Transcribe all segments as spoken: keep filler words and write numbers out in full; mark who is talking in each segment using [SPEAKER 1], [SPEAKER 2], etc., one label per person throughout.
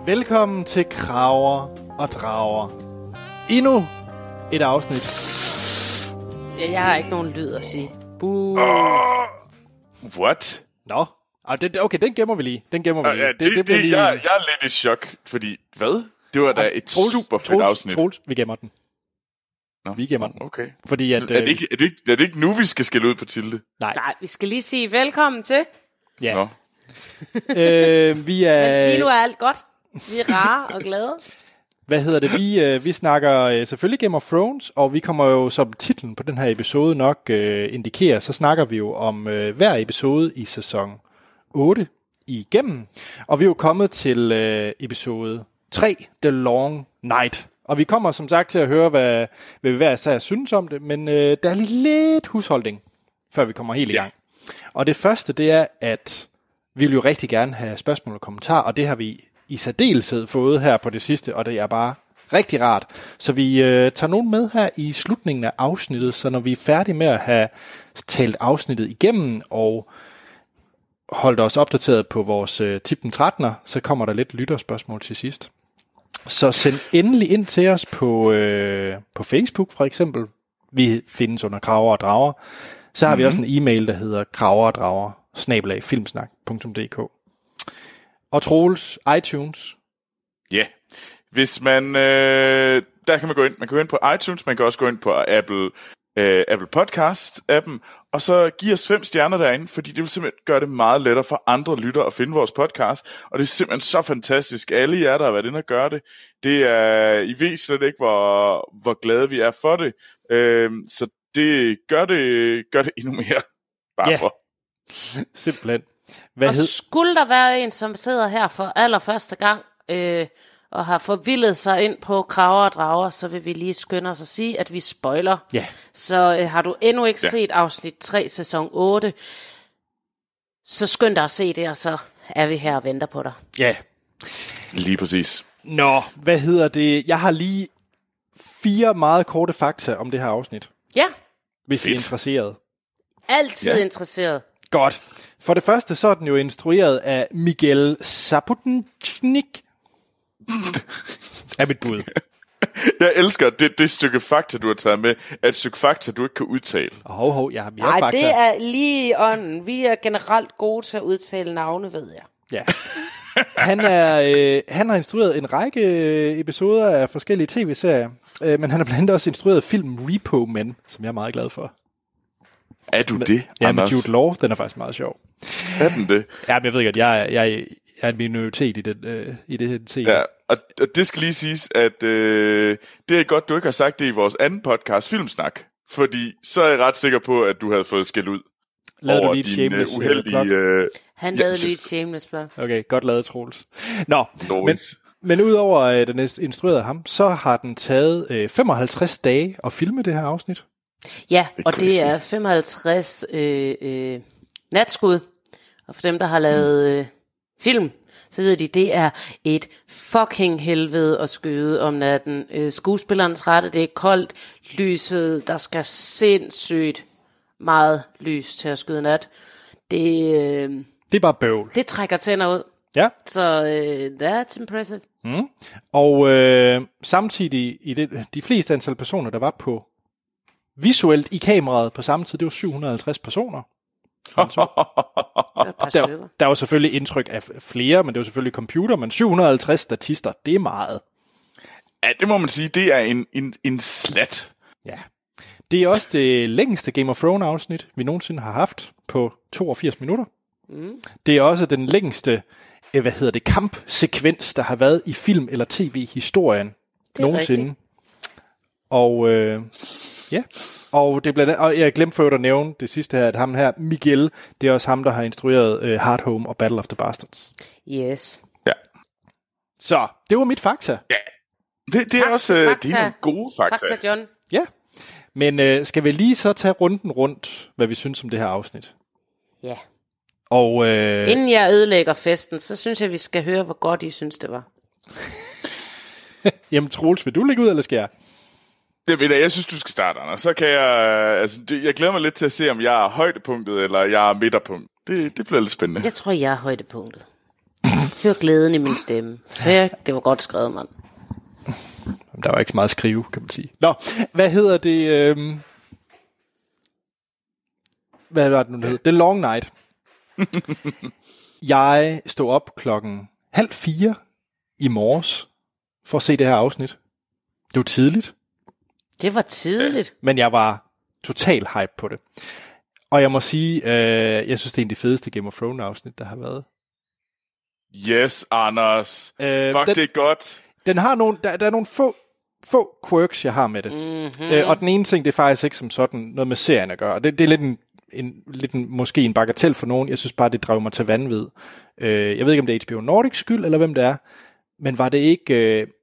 [SPEAKER 1] Velkommen til Krager og Drager. Endnu et afsnit.
[SPEAKER 2] Ja, jeg har ikke nogen lyd at sige. Buh.
[SPEAKER 3] Uh, what?
[SPEAKER 1] Nå, okay, den gemmer vi lige. Den gemmer vi
[SPEAKER 3] Uh,
[SPEAKER 1] lige.
[SPEAKER 3] ja, det, det, det, det lige... jeg, jeg er lidt i chok, fordi hvad? Det var da et Troels, super fedt
[SPEAKER 1] Troels,
[SPEAKER 3] afsnit.
[SPEAKER 1] Troels, vi gemmer den.
[SPEAKER 3] Nå,
[SPEAKER 1] vi gemmer den.
[SPEAKER 3] Okay.
[SPEAKER 1] Fordi at,
[SPEAKER 3] er, det ikke, er, det ikke, er det ikke nu, vi skal skælde ud på Tilde?
[SPEAKER 1] Nej.
[SPEAKER 2] Nej, vi skal lige sige velkommen til.
[SPEAKER 1] Ja.
[SPEAKER 3] Nå.
[SPEAKER 1] øh, vi er...
[SPEAKER 2] Men lige nu er alt godt. Vi er rare og glade.
[SPEAKER 1] Hvad hedder det? Vi, øh, vi snakker øh, selvfølgelig Game of Thrones, og vi kommer jo, som titlen på den her episode nok øh, indikerer, så snakker vi jo om øh, hver episode i sæson otte igennem. Og vi er jo kommet til øh, episode tre, The Long Night. Og vi kommer som sagt til at høre, hvad, hvad vi hver især synes om det, men øh, der er lige lidt husholdning, før vi kommer helt i gang. Og det første, det er, at vi vil jo rigtig gerne have spørgsmål og kommentarer, og det har vi i særdeleshed fået her på det sidste, og det er bare rigtig rart. Så vi øh, tager nogen med her i slutningen af afsnittet, så når vi er færdige med at have talt afsnittet igennem og holdt os opdateret på vores øh, tip den trettener, så kommer der lidt lytterspørgsmål til sidst. Så send endelig ind til os på, øh, på Facebook for eksempel. Vi findes under Krager og Drager. Så har mm-hmm. vi også en e-mail, der hedder krager og drager snabel-a filmsnak punktum d k. Og Troels, iTunes.
[SPEAKER 3] Ja, yeah. Hvis man, øh, der kan man gå ind, man kan gå ind på iTunes, man kan også gå ind på Apple, øh, Apple Podcast-appen, og så give os fem stjerner derinde, fordi det vil simpelthen gøre det meget lettere for andre lyttere at finde vores podcast, og det er simpelthen så fantastisk. Alle jer, der har været inde og gøre det, det er, I ved slet ikke, hvor, hvor glade vi er for det, øh, så det gør det, gør det endnu mere. Bare
[SPEAKER 1] yeah.
[SPEAKER 3] for.
[SPEAKER 1] Simpelthen. Hvad
[SPEAKER 2] og
[SPEAKER 1] hed...
[SPEAKER 2] skulle der være en, som sidder her for allerførste gang, øh, og har forvildet sig ind på Krager og Drager, så vil vi lige skynde os at sige, at vi spoiler.
[SPEAKER 1] Ja.
[SPEAKER 2] Så øh, har du endnu ikke
[SPEAKER 3] ja.
[SPEAKER 2] set afsnit tre, sæson otte, så skynd dig at se det, og så er vi her og venter på dig.
[SPEAKER 1] Ja.
[SPEAKER 3] Lige præcis.
[SPEAKER 1] Nå, hvad hedder det? Jeg har lige fire meget korte fakta om det her afsnit.
[SPEAKER 2] Ja.
[SPEAKER 1] Hvis I er interesseret.
[SPEAKER 2] Altid
[SPEAKER 3] ja.
[SPEAKER 2] interesseret.
[SPEAKER 1] Godt. For det første, så er den jo instrueret af Miguel Sapochnik. Er mit bud.
[SPEAKER 3] Jeg elsker det, det stykke fakta, du har taget med, er et stykke fakta, du ikke kan udtale.
[SPEAKER 1] Hov, hov, jeg har mere
[SPEAKER 2] Nej,
[SPEAKER 1] fakta.
[SPEAKER 2] det er lige i ånden. Vi er generelt gode til at udtale navne, ved jeg.
[SPEAKER 1] Ja. Han, er, øh, han har instrueret en række episoder af forskellige tv-serier, øh, men han har blandt andet også instrueret filmen Repo Man, som jeg er meget glad for.
[SPEAKER 3] Er du det,
[SPEAKER 1] Ja,
[SPEAKER 3] Anders?
[SPEAKER 1] med Jude Law, den er faktisk meget sjov.
[SPEAKER 3] Er den det?
[SPEAKER 1] Ja, men jeg ved godt, jeg, jeg, jeg er en minoritet i, den, øh, i det her scene.
[SPEAKER 3] Ja, og, og det skal lige siges, at øh, det er godt, du ikke har sagt det i vores anden podcast, Filmsnak. Fordi så er jeg ret sikker på, at du havde fået skæld ud.
[SPEAKER 1] Lavede
[SPEAKER 3] over
[SPEAKER 1] du lige et
[SPEAKER 3] din
[SPEAKER 1] shameless
[SPEAKER 3] uheldige... Øh,
[SPEAKER 2] Han lavede lige et shameless plug.
[SPEAKER 1] Okay, godt lavet, Troels. Nå,
[SPEAKER 3] no
[SPEAKER 1] men, men udover at den er instrueret af ham, så har den taget øh, femoghalvtreds dage at filme det her afsnit.
[SPEAKER 2] Ja, og det er femoghalvtreds øh, øh, natskud. Og for dem, der har lavet øh, film, så ved de, det er et fucking helvede at skyde om natten. Øh, skuespillerens rette, det er koldt, lyset, der skal sindssygt meget lys til at skyde nat. Det, øh,
[SPEAKER 1] det er bare bøvl.
[SPEAKER 2] Det trækker tænder ud.
[SPEAKER 1] Ja.
[SPEAKER 2] Så øh, that's impressive.
[SPEAKER 1] Mm. Og øh, samtidig, i det, de fleste antal personer, der var på visuelt i kameraet på samme tid, det var syv hundrede og halvtreds personer. der, der var selvfølgelig indtryk af flere, men det var selvfølgelig computer, men syv hundrede og halvtreds statister, det er meget.
[SPEAKER 3] Ja, det må man sige, det er en, en, en slat.
[SPEAKER 1] Ja. Det er også det længste Game of Thrones afsnit, vi nogensinde har haft på toogfirs minutter. Mm. Det er også den længste, hvad hedder det, kampsekvens, der har været i film- eller tv-historien nogensinde. Rigtigt. Og øh, ja, og det blandt andet, og jeg glemte for at nævne det sidste her, at ham her, Miguel, det er også ham, der har instrueret øh, Hard Home og Battle of the Bastards.
[SPEAKER 2] Yes.
[SPEAKER 3] Ja.
[SPEAKER 1] Så, det var mit fakta.
[SPEAKER 3] Ja. Det, det er også øh, det er nogle gode fakta.
[SPEAKER 2] Fakta, John.
[SPEAKER 1] Ja. Men øh, skal vi lige så tage runden rundt, hvad vi synes om det her afsnit?
[SPEAKER 2] Ja.
[SPEAKER 1] Og øh,
[SPEAKER 2] inden jeg ødelægger festen, så synes jeg, vi skal høre, hvor godt I synes, det var.
[SPEAKER 1] Jamen Troels, vil du lægge ud, eller skal jeg?
[SPEAKER 3] Det ved jeg, jeg synes, du skal starte, Anders. Så kan jeg, altså, det, jeg glæder mig lidt til at se, om jeg er højdepunktet, eller jeg er midterpunkt. Det, det bliver lidt spændende.
[SPEAKER 2] Jeg tror, jeg er højdepunktet. Hør glæden i min stemme. Fedt, det var godt skrevet, mand.
[SPEAKER 1] Der var ikke så meget at skrive, kan man sige. Nå, hvad hedder det? Øhm... Hvad var det nu, det hed? The Long Night. Jeg stod op klokken halv fire i morges for at se det her afsnit. Det var tidligt.
[SPEAKER 2] Det var tidligt.
[SPEAKER 1] Men jeg var total hype på det. Og jeg må sige, øh, jeg synes, det er en af de fedeste Game of Thrones afsnit, der har været.
[SPEAKER 3] Yes, Anders.
[SPEAKER 1] Øh,
[SPEAKER 3] Fuck,
[SPEAKER 1] den,
[SPEAKER 3] det er godt.
[SPEAKER 1] Den har nogle, der, der er nogle få, få quirks, jeg har med det.
[SPEAKER 2] Mm-hmm.
[SPEAKER 1] Øh, og den ene ting, det er faktisk ikke som sådan noget med serien at gøre. Det, det er lidt en, en, lidt en, måske en bagatel for nogen. Jeg synes bare, det drev mig til vanvid. Øh, jeg ved ikke, om det er H B O Nordics skyld, eller hvem det er. Men var det ikke... Øh,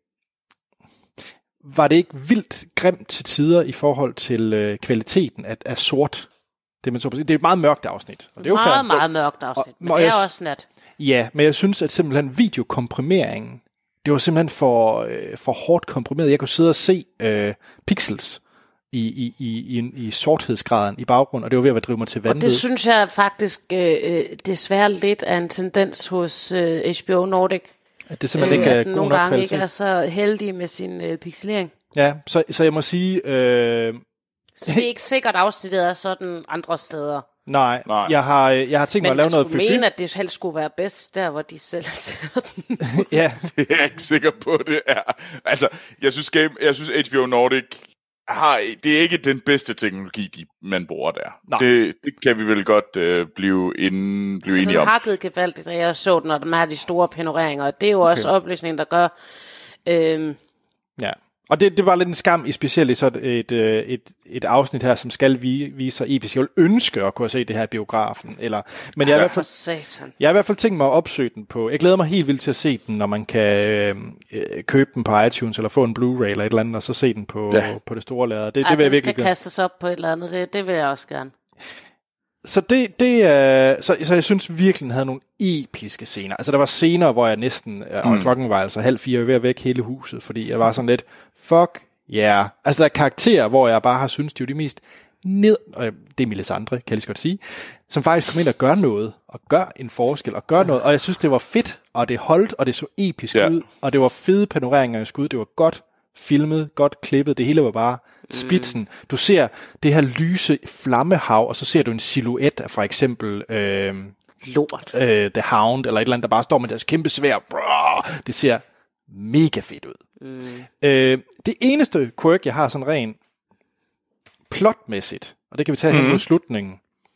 [SPEAKER 1] var det ikke vildt grimt til tider i forhold til øh, kvaliteten af, af sort? Det, man så, det er et meget mørkt afsnit. Og det er jo
[SPEAKER 2] meget,
[SPEAKER 1] færdigt.
[SPEAKER 2] meget mørkt afsnit, og, men
[SPEAKER 1] og
[SPEAKER 2] det er
[SPEAKER 1] jeg,
[SPEAKER 2] også nat.
[SPEAKER 1] Ja, men jeg synes, at simpelthen videokomprimeringen, det var simpelthen for, øh, for hårdt komprimeret. Jeg kunne sidde og se øh, pixels i, i, i, i, i sorthedsgraden i baggrunden, og det var ved at drive mig til vanvid.
[SPEAKER 2] Og det synes jeg faktisk øh, desværre lidt af en tendens hos øh, H B O Nordic.
[SPEAKER 1] At det simpelthen øh, ikke er god
[SPEAKER 2] nogle
[SPEAKER 1] nok
[SPEAKER 2] gange
[SPEAKER 1] kvalitet.
[SPEAKER 2] ikke er så heldig med sin øh, pixelering.
[SPEAKER 1] Ja, så, så jeg må sige... Øh,
[SPEAKER 2] så det er ikke sikkert afsnittet er sådan andre steder.
[SPEAKER 1] Nej,
[SPEAKER 3] Nej.
[SPEAKER 1] Jeg, har, jeg har tænkt mig
[SPEAKER 2] men
[SPEAKER 1] at lave noget
[SPEAKER 2] fy. Men jeg skulle mene, at det helst skulle være bedst, der hvor de selv sætter den.
[SPEAKER 1] Ja.
[SPEAKER 3] Det er jeg ikke sikker på, det er. Altså, jeg synes, game, jeg synes H B O Nordic har, det er ikke den bedste teknologi, de, man bruger der. Det, det kan vi vel godt øh, blive, inden, blive
[SPEAKER 2] så
[SPEAKER 3] enige om.
[SPEAKER 2] Så den hakket gevaldigt, da jeg så den, og den har de store panoreringer, og det er jo også okay. Opløsningen, der gør... Øh,
[SPEAKER 1] ja. Og det, det var lidt en skam, i specielt i sådan et, et, et, et afsnit her, som skal vise sig episk. Jeg vil ønske at kunne se det her i biografen. Eller, men jeg,
[SPEAKER 2] ja,
[SPEAKER 1] i hvert fald,
[SPEAKER 2] satan.
[SPEAKER 1] jeg har i hvert fald tænkt mig at opsøge den på. Jeg glæder mig helt vildt til at se den, når man kan øh, købe den på iTunes, eller få en Blu-ray eller et eller andet, og så se den på, ja. på det store lærred. Det,
[SPEAKER 2] ja,
[SPEAKER 1] det vil jeg virkelig
[SPEAKER 2] skal
[SPEAKER 1] gøre.
[SPEAKER 2] kastes op på et eller andet, det, det vil jeg også gerne.
[SPEAKER 1] Så det, det er, så, så jeg synes virkelig, den havde nogle episke scener. Altså der var scener, hvor jeg næsten, og mm. klokken var altså halv fire, ved at væk hele huset, fordi jeg var sådan lidt, fuck yeah. Altså der er karakterer, hvor jeg bare har synes, de er de mest ned, og det er Melisandre, kan jeg lige så godt sige, som faktisk kom ind og gør noget, og gør en forskel, og gør noget, og jeg synes, det var fedt, og det holdt, og det så episk yeah. ud, og det var fede panoreringer i skud, det var godt filmet, godt klippet, det hele var bare spidsen. Du ser det her lyse flammehav, og så ser du en silhuet af for eksempel øh,
[SPEAKER 2] Lort.
[SPEAKER 1] Øh, The Hound, eller et eller andet, der bare står med deres kæmpe sværd. Brrr, det ser mega fedt ud. Mm. Øh, det eneste quirk, jeg har sådan rent plotmæssigt, og det kan vi tage mm. hen mod slutningen.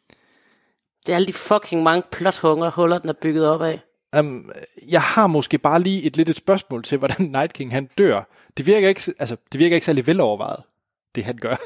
[SPEAKER 2] Det er alle de fucking mange plothunger, huller, den er bygget op af.
[SPEAKER 1] Um, jeg har måske bare lige et lidt et spørgsmål til, hvordan Night King han dør. Det virker ikke, altså, det virker ikke særlig velovervejet, det han gør.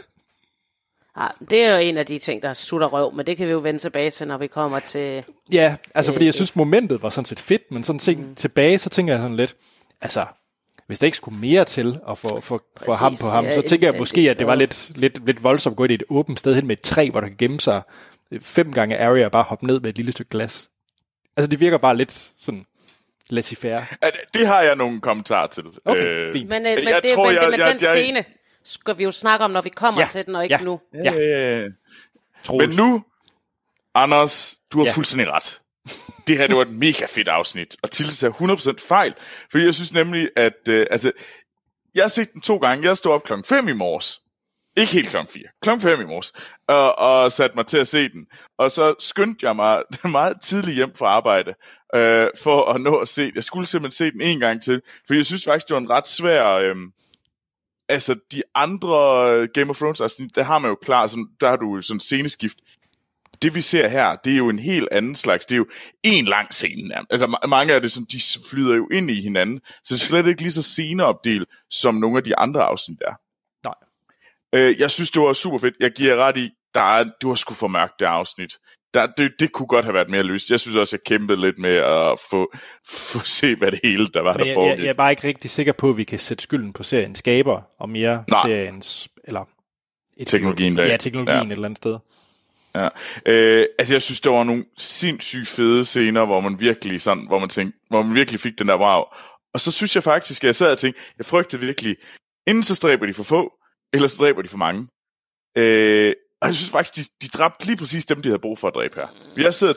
[SPEAKER 2] Ja, det er jo en af de ting, der sutter røv, men det kan vi jo vende tilbage til, når vi kommer til...
[SPEAKER 1] Ja, altså øh, fordi jeg synes, momentet var sådan set fedt, men sådan set mm. tilbage, så tænker jeg sådan lidt, altså, hvis der ikke skulle mere til at få, få, få ham på ham, så tænker jeg måske, at det var lidt, lidt, lidt voldsomt at gå ind i et åbent sted hen med et træ, hvor der kan gemme sig fem gange area og bare hoppe ned med et lille stykke glas. Altså, det virker bare lidt sådan laissez-faire.
[SPEAKER 3] Det har jeg nogle kommentarer til.
[SPEAKER 1] Okay, øh, fint.
[SPEAKER 2] Men, men, det, tror, men, jeg, men jeg, den jeg, scene skal vi jo snakke om, når vi kommer ja, til den, og ikke
[SPEAKER 1] ja,
[SPEAKER 2] nu.
[SPEAKER 1] Ja.
[SPEAKER 3] Øh, men nu, Anders, du har ja. fuldstændig ret. Det her, det var et mega fedt afsnit, og Tilde sagde hundrede procent fejl, fordi jeg synes nemlig, at øh, altså, jeg har set den to gange. Jeg stod op klokken fem i morges. Ikke helt klokken fire. Klokken fem i morges. Og, og satte mig til at se den. Og så skyndte jeg mig meget tidligt hjem fra arbejde, øh, for at nå at se den. Jeg skulle simpelthen se den en gang til, for jeg synes faktisk, det var en ret svær... Øh, altså, de andre Game of Thrones, altså, der har man jo klar, sådan, der har du sådan sceneskift. Det vi ser her, det er jo en helt anden slags, det er jo en lang scene. Altså mange af det, sådan, de flyder jo ind i hinanden, så det er slet ikke lige så sceneopdelt, som nogle af de andre afsnit er.
[SPEAKER 1] Nej.
[SPEAKER 3] Øh, jeg synes, det var super fedt. Jeg giver ret i, der er, det var sgu for mørkt, det afsnit. Der, det, det kunne godt have været mere lyst. Jeg synes også, jeg kæmpede lidt med at få, få se, hvad det hele, der var, der
[SPEAKER 1] jeg,
[SPEAKER 3] foregik.
[SPEAKER 1] Jeg, jeg er bare ikke rigtig sikker på, at vi kan sætte skylden på seriens skaber, og mere Nej. seriens, eller...
[SPEAKER 3] Et, teknologien der.
[SPEAKER 1] Ja, teknologien ja. et eller andet sted.
[SPEAKER 3] Ja, øh, altså jeg synes, der var nogle sindssygt fede scener, hvor man virkelig sådan, hvor man tænkte, hvor man virkelig fik den der wow. Og så synes jeg faktisk, at jeg sad og tænkte, jeg frygtede virkelig, enten så dræber de for få, eller så dræber de for mange. Øh, og jeg synes faktisk, de, de dræbte lige præcis dem, de havde brug for at dræbe her. Jeg sidder til,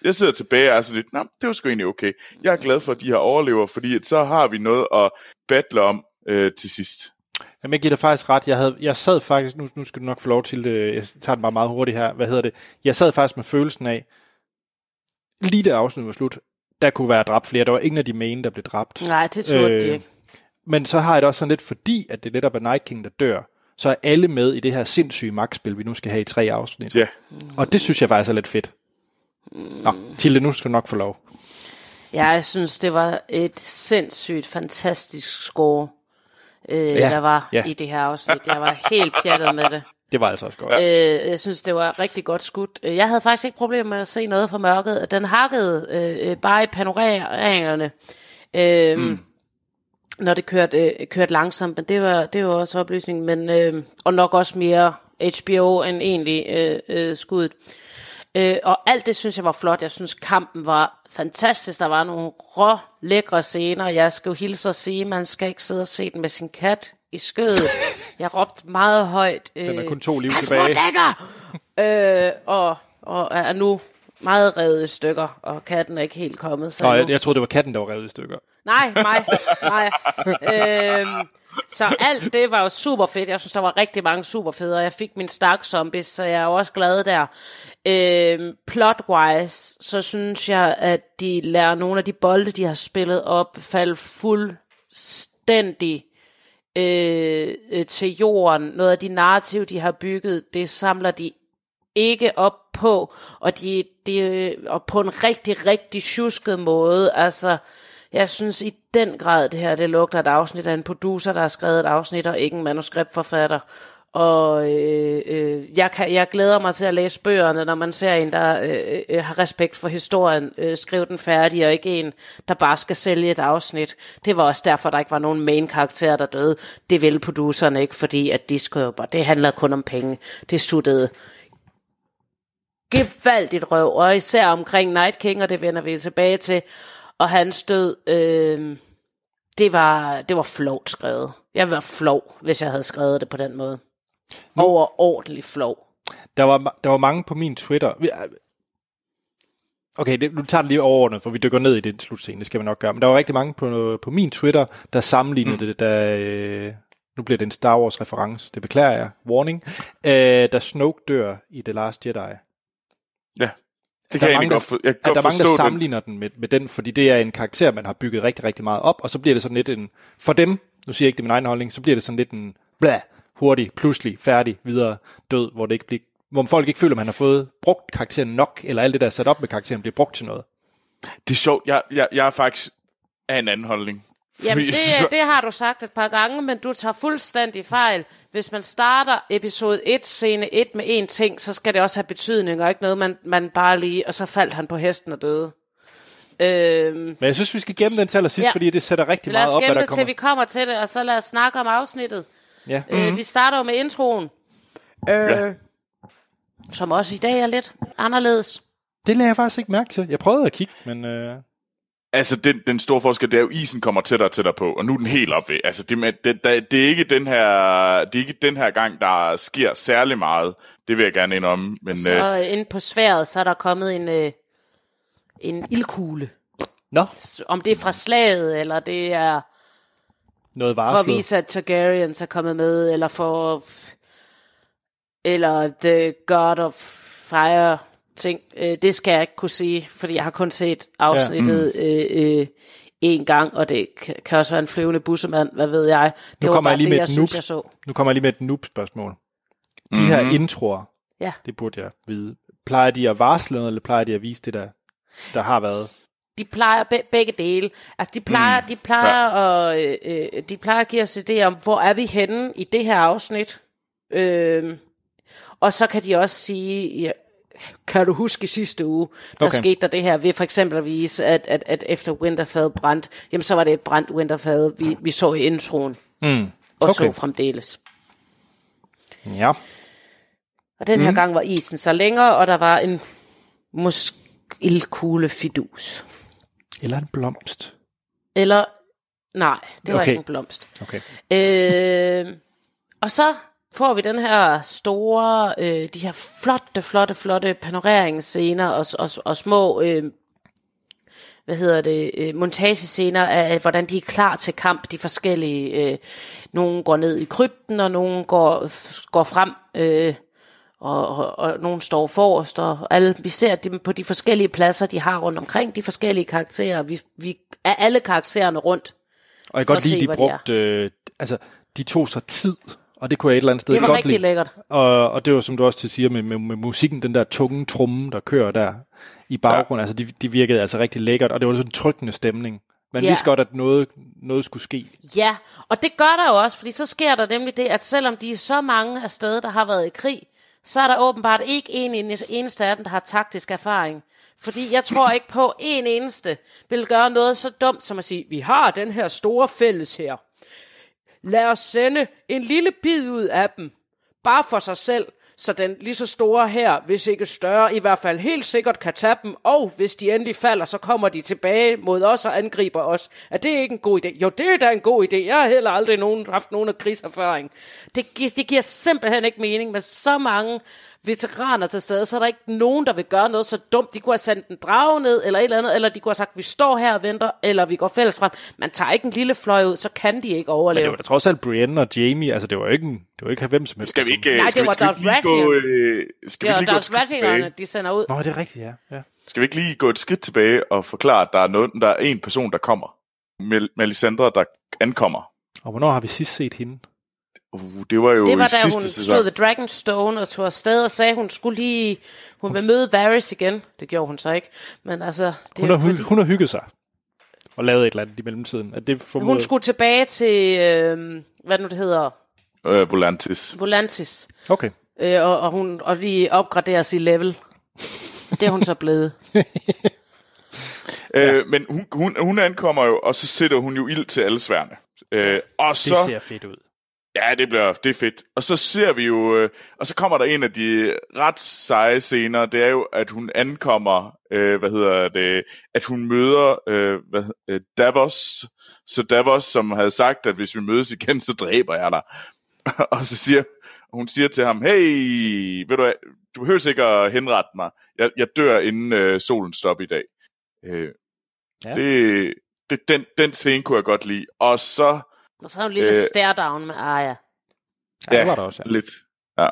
[SPEAKER 3] jeg sidder tilbage og er så lidt, nej, det var sgu egentlig okay. Jeg er glad for, at de her overlever, fordi at så har vi noget at battle om øh, til sidst.
[SPEAKER 1] Jamen, jeg giver dig faktisk ret. Jeg, havde, jeg sad faktisk, nu, nu skal du nok få lov til det, jeg tager den bare meget hurtigt her, hvad hedder det? Jeg sad faktisk med følelsen af, lige da afsnittet var slut, der kunne være dræbt flere. Der var ingen af de main, der blev dræbt.
[SPEAKER 2] Nej, det turde øh, de ikke.
[SPEAKER 1] Men så har jeg det også sådan lidt, fordi at det netop er Night King, der dør, så er alle med i det her sindssyge magtspil, vi nu skal have i tre afsnit.
[SPEAKER 3] Yeah.
[SPEAKER 1] Og det synes jeg faktisk er lidt fedt. Nå, Tilde, nu skal du nok få lov.
[SPEAKER 2] Ja, jeg synes, det var et sindssygt, fantastisk score, øh,
[SPEAKER 1] ja,
[SPEAKER 2] der var
[SPEAKER 1] ja.
[SPEAKER 2] i det her afsnit. Jeg var helt pjattet med det.
[SPEAKER 1] Det var altså også godt.
[SPEAKER 2] Øh, jeg synes, det var rigtig godt skudt. Jeg havde faktisk ikke problemer med at se noget fra mørket. Den hakkede øh, bare i panoreringerne, øh, mm. når det kørte, øh, kørte langsomt. Men det var, det var også oplysningen. Men, øh, og nok også mere H B O end egentlig øh, øh, skuddet. Øh, og alt det synes jeg var flot. Jeg synes kampen var fantastisk. Der var nogle rå lækre scener. Jeg skal jo hilse at sige, man skal ikke sidde og se den med sin kat i skødet. Jeg råbte meget højt. Øh,
[SPEAKER 1] så der er kun to liv
[SPEAKER 2] tilbage. øh, og, og er nu meget revet i stykker, og katten er ikke helt kommet. Så
[SPEAKER 1] Nå, jeg, jeg troede, det var katten, der var revet i stykker.
[SPEAKER 2] Nej, mig. nej. Øh, så alt det var jo super fedt. Jeg synes, der var rigtig mange super fede, og jeg fik min Stark Zombies, så jeg er også glad der. Øh, plot-wise, så synes jeg, at de lærer nogle af de bolde, de har spillet op, falde fuldstændig øh, øh, til jorden. Noget af de narrativ, de har bygget, det samler de ikke op på, og de, de og på en rigtig, rigtig tjusket måde. Altså, jeg synes i den grad, det her, det lugter et afsnit af en producer, der har skrevet et afsnit, og ikke en manuskriptforfatter. Og øh, øh, jeg, kan, jeg glæder mig til at læse bøgerne, når man ser en, der øh, øh, har respekt for historien, øh, skrive den færdig, og ikke en, der bare skal sælge et afsnit. Det var også derfor, der ikke var nogen main karakter, der døde. Det ville producerne ikke, fordi at de skulle jo bare, det handler kun om penge. Det suttede gevaldigt røv, og især omkring Night King, og det vender vi tilbage til. Og hans død, øh, det var, det var flovt skrevet. Jeg ville være flov, hvis jeg havde skrevet det på den måde. Nu, Overordentlig flov.
[SPEAKER 1] Der var, der var mange på min Twitter. Okay, det, nu tager det lige overordnet, for vi dykker ned i det slutscene, det skal vi nok gøre. Men der var rigtig mange på, på min Twitter, der sammenlignede mm. det, da... Øh, nu bliver det en Star Wars reference, det beklager jeg, warning, øh, da Snoke dør i The Last Jedi.
[SPEAKER 3] Ja. Det kan jeg, jeg godt, for, jeg kan
[SPEAKER 1] at der
[SPEAKER 3] godt
[SPEAKER 1] er mange, der
[SPEAKER 3] den.
[SPEAKER 1] sammenligner den med, med den, fordi det er en karakter, man har bygget rigtig, rigtig meget op, og så bliver det sådan lidt en, for dem, nu siger jeg ikke det min egen holdning, så bliver det sådan lidt en, blæh, hurtig, pludselig, færdig, videre, død, hvor det ikke bliver, hvor folk ikke føler, man har fået brugt karakteren nok, eller alt det, der er sat op med karakteren, bliver brugt til noget.
[SPEAKER 3] Det er sjovt, jeg, jeg, jeg er faktisk af en anden holdning.
[SPEAKER 2] Jamen, det, det har du sagt et par gange, men du tager fuldstændig fejl. Hvis man starter episode et, scene et med én ting, så skal det også have betydning, og ikke noget, man, man bare lige, og så faldt han på hesten og døde. Øhm,
[SPEAKER 1] men jeg synes, vi skal gemme den til allersidst, ja. Fordi det sætter rigtig meget op,
[SPEAKER 2] hvad der kommer. Lad os gemme
[SPEAKER 1] det,
[SPEAKER 2] til vi kommer til det, og så lad os snakke om afsnittet.
[SPEAKER 1] Ja.
[SPEAKER 2] Øh, mm-hmm. Vi starter jo med introen, øh, ja. som også i dag er lidt anderledes.
[SPEAKER 1] Det lagde jeg faktisk ikke mærke til. Jeg prøvede at kigge, men... Øh...
[SPEAKER 3] Altså, den, den store forskel, det er jo, isen kommer tættere og tættere på, og nu er den helt op ved. Altså, det, det, det, det, er ikke den her, det er ikke den her gang, der sker særlig meget. Det vil jeg gerne indrømme. Men,
[SPEAKER 2] så øh, inde på sværdet, så er der kommet en, øh, en ildkugle.
[SPEAKER 1] Nå.
[SPEAKER 2] Om det er fra slaget, eller det er...
[SPEAKER 1] Noget varslet.
[SPEAKER 2] For at vise, at Targaryens er kommet med, eller for... Eller The God of Fire... ting. Øh, det skal jeg ikke kunne sige, fordi jeg har kun set afsnittet ja. mm. øh, øh, en gang, og det kan, kan også være en flyvende bussemand, hvad ved jeg. Det
[SPEAKER 1] nu
[SPEAKER 2] var bare
[SPEAKER 1] jeg lige
[SPEAKER 2] det,
[SPEAKER 1] med
[SPEAKER 2] jeg
[SPEAKER 1] et
[SPEAKER 2] synes,
[SPEAKER 1] noob,
[SPEAKER 2] jeg så.
[SPEAKER 1] Nu kommer jeg lige med et noob-spørgsmål. De
[SPEAKER 3] mm-hmm.
[SPEAKER 1] her introer,
[SPEAKER 2] ja.
[SPEAKER 1] det burde jeg vide. Plejer de at varsle, eller plejer de at vise det, der, der har været?
[SPEAKER 2] De plejer be- begge dele. Altså, de plejer, mm. de plejer ja. at, øh, øh, de plejer at give os idé om, hvor er vi henne i det her afsnit. Øh, og så kan de også sige... Ja, kan du huske sidste uge, der okay. skete der det her, ved for eksempel at vise, at, at, at efter Winterfell brændt, jamen så var det et brændt Winterfell, vi, vi så i introen,
[SPEAKER 1] mm.
[SPEAKER 2] og
[SPEAKER 1] okay.
[SPEAKER 2] så fremdeles.
[SPEAKER 1] Ja.
[SPEAKER 2] Og den her
[SPEAKER 1] mm.
[SPEAKER 2] gang var isen så længere, og der var en måske ildkugle fidus.
[SPEAKER 1] Eller en blomst.
[SPEAKER 2] Eller, nej, det var
[SPEAKER 1] okay.
[SPEAKER 2] ikke en blomst.
[SPEAKER 1] Okay.
[SPEAKER 2] Øh, og så får vi den her store, øh, de her flotte, flotte, flotte panoreringsscener og, og, og små, øh, hvad hedder det, øh, montagescener af, hvordan de er klar til kamp, de forskellige. Øh, nogle går ned i krypten, og nogle går, går frem, øh, og, og, og nogle står forrest, og alle, vi ser dem på de forskellige pladser, de har rundt omkring, de forskellige karakterer. Vi, vi er alle karaktererne rundt.
[SPEAKER 1] Og jeg kan godt lide, de brugte, øh, altså, de tog sig tid. Og det kunne jeg et eller andet sted
[SPEAKER 2] godt lide. Det var rigtig
[SPEAKER 1] lide.
[SPEAKER 2] lækkert.
[SPEAKER 1] Og, og det var, som du også til siger, med, med, med musikken, den der tunge tromme, der kører der i baggrunden, ja. altså de, de virkede altså rigtig lækkert, og det var sådan en trykkende stemning. Man ja. vidste godt, at noget, noget skulle ske.
[SPEAKER 2] Ja, og det gør der jo også, fordi så sker der nemlig det, at selvom de er så mange af steder, der har været i krig, så er der åbenbart ikke en eneste af dem, der har taktisk erfaring. Fordi jeg tror ikke på, en eneste vil gøre noget så dumt, som at sige, vi har den her store fælles her. Lad os sende en lille bid ud af dem, bare for sig selv, så den lige så store her, hvis ikke større, i hvert fald helt sikkert kan tage dem, og hvis de endelig falder, så kommer de tilbage mod os og angriber os. Er det ikke en god idé? Jo, det er da en god idé. Jeg har heller aldrig nogen, haft nogen af krigserfaring. Det, det giver simpelthen ikke mening med så mange veteraner til stede, så er der ikke nogen, der vil gøre noget så dumt. De kunne have sendt en drage ned, eller et eller andet, eller de kunne have sagt, vi står her og venter, eller vi går fælles frem. Man tager ikke en lille fløj ud, så kan de ikke overleve.
[SPEAKER 1] Men det var da trods alt Brienne og Jamie, altså det var ikke, en, det var ikke hvem som helst.
[SPEAKER 3] Skal vi ikke,
[SPEAKER 2] Nej,
[SPEAKER 3] skal
[SPEAKER 2] det var
[SPEAKER 3] vi, skal vi lige gå, øh, skal
[SPEAKER 2] det
[SPEAKER 3] vi lige
[SPEAKER 2] var
[SPEAKER 3] gå et skridt tilbage?
[SPEAKER 2] De sender ud.
[SPEAKER 1] Nå, det er rigtigt, ja. ja.
[SPEAKER 3] Skal vi ikke lige gå et skridt tilbage og forklare, at der er, noget, der er en person, der kommer? Mel- Melisandre, der ankommer.
[SPEAKER 1] Og hvornår har vi sidst set hende?
[SPEAKER 3] Uh, det var jo
[SPEAKER 2] det var
[SPEAKER 3] i
[SPEAKER 2] da
[SPEAKER 3] sidste
[SPEAKER 2] hun
[SPEAKER 3] sæson.
[SPEAKER 2] stod ved Dragonstone og tog afsted og sagde, hun skulle lige, hun vil møde Varys igen. Det gjorde hun så ikke. Men altså, det
[SPEAKER 1] hun, har, fordi... hun har hygget sig og lavet et eller andet i mellemtiden. At det formåede...
[SPEAKER 2] Hun skulle tilbage til, øh, hvad nu det hedder?
[SPEAKER 3] Øh, Volantis.
[SPEAKER 2] Volantis.
[SPEAKER 1] Okay.
[SPEAKER 2] Øh, og, og hun og lige opgraderer sit level. Det er hun så blevet.
[SPEAKER 3] øh, ja. Men hun, hun, hun ankommer jo, og så sætter hun jo ild til alle sværene. Øh, og så...
[SPEAKER 1] Det ser fedt ud.
[SPEAKER 3] Ja, det bliver det er fedt. Og så ser vi jo, øh, og så kommer der en af de ret seje scener, det er jo, at hun ankommer, øh, hvad hedder det, at hun møder øh, hvad, øh, Davos, så Davos, som havde sagt, at hvis vi mødes igen, så dræber jeg dig. Og så siger hun siger til ham, hey, ved du hvad, du behøver ikke at henrette mig, jeg, jeg dør inden øh, solen stopper i dag. Øh, ja. det, det, den, den scene kunne jeg godt lide. Og så
[SPEAKER 2] Og så har hun en lille øh, stare-down med Arya.
[SPEAKER 3] Ja, ja var der også, ja. lidt. Ja.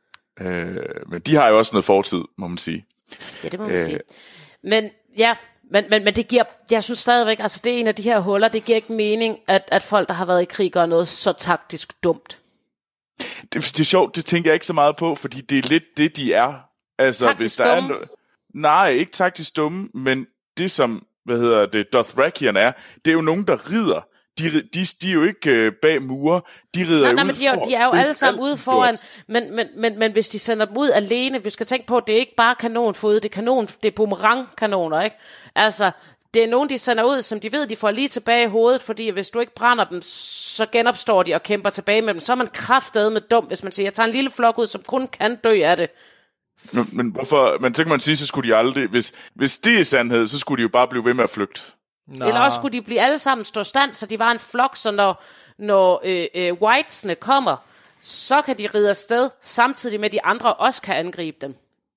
[SPEAKER 3] Øh, men de har jo også noget fortid, må man sige.
[SPEAKER 2] Ja, det må man øh, sige. Men ja, men, men, men det giver, jeg synes stadigvæk, altså det er en af de her huller, det giver ikke mening, at, at folk, der har været i krig, gør noget så taktisk dumt.
[SPEAKER 3] Det, det er sjovt, det tænker jeg ikke så meget på, fordi det er lidt det, de er. Altså,
[SPEAKER 2] taktisk
[SPEAKER 3] hvis der
[SPEAKER 2] dumme?
[SPEAKER 3] Er no- Nej, ikke taktisk dumme, men det som, hvad hedder det, Dothrakian er, det er jo nogen, der rider. De, de, de er jo ikke øh, bag mure, de rider
[SPEAKER 2] nej,
[SPEAKER 3] ud
[SPEAKER 2] nej, men de er, de er jo alle sammen ude foran, men, men, men, men hvis de sender dem ud alene, vi skal tænke på, at det er ikke bare kanonfod, det er, kanon, det er boomerang-kanoner, ikke? Altså, det er nogen, de sender ud, som de ved, de får lige tilbage i hovedet, fordi hvis du ikke brænder dem, så genopstår de og kæmper tilbage med dem. Så er man kraftedeme dum, hvis man siger, jeg tager en lille flok ud, som kun kan dø af det.
[SPEAKER 3] Men, men hvorfor, men tænker man sige, så skulle de aldrig, hvis, hvis det er sandhed, så skulle de jo bare blive ved med at flygte.
[SPEAKER 2] Nå. Eller også skulle de blive alle sammen stå stand, så de var en flok, så når, når øh, øh, whitesne kommer, så kan de ride afsted, samtidig med at de andre også kan angribe dem.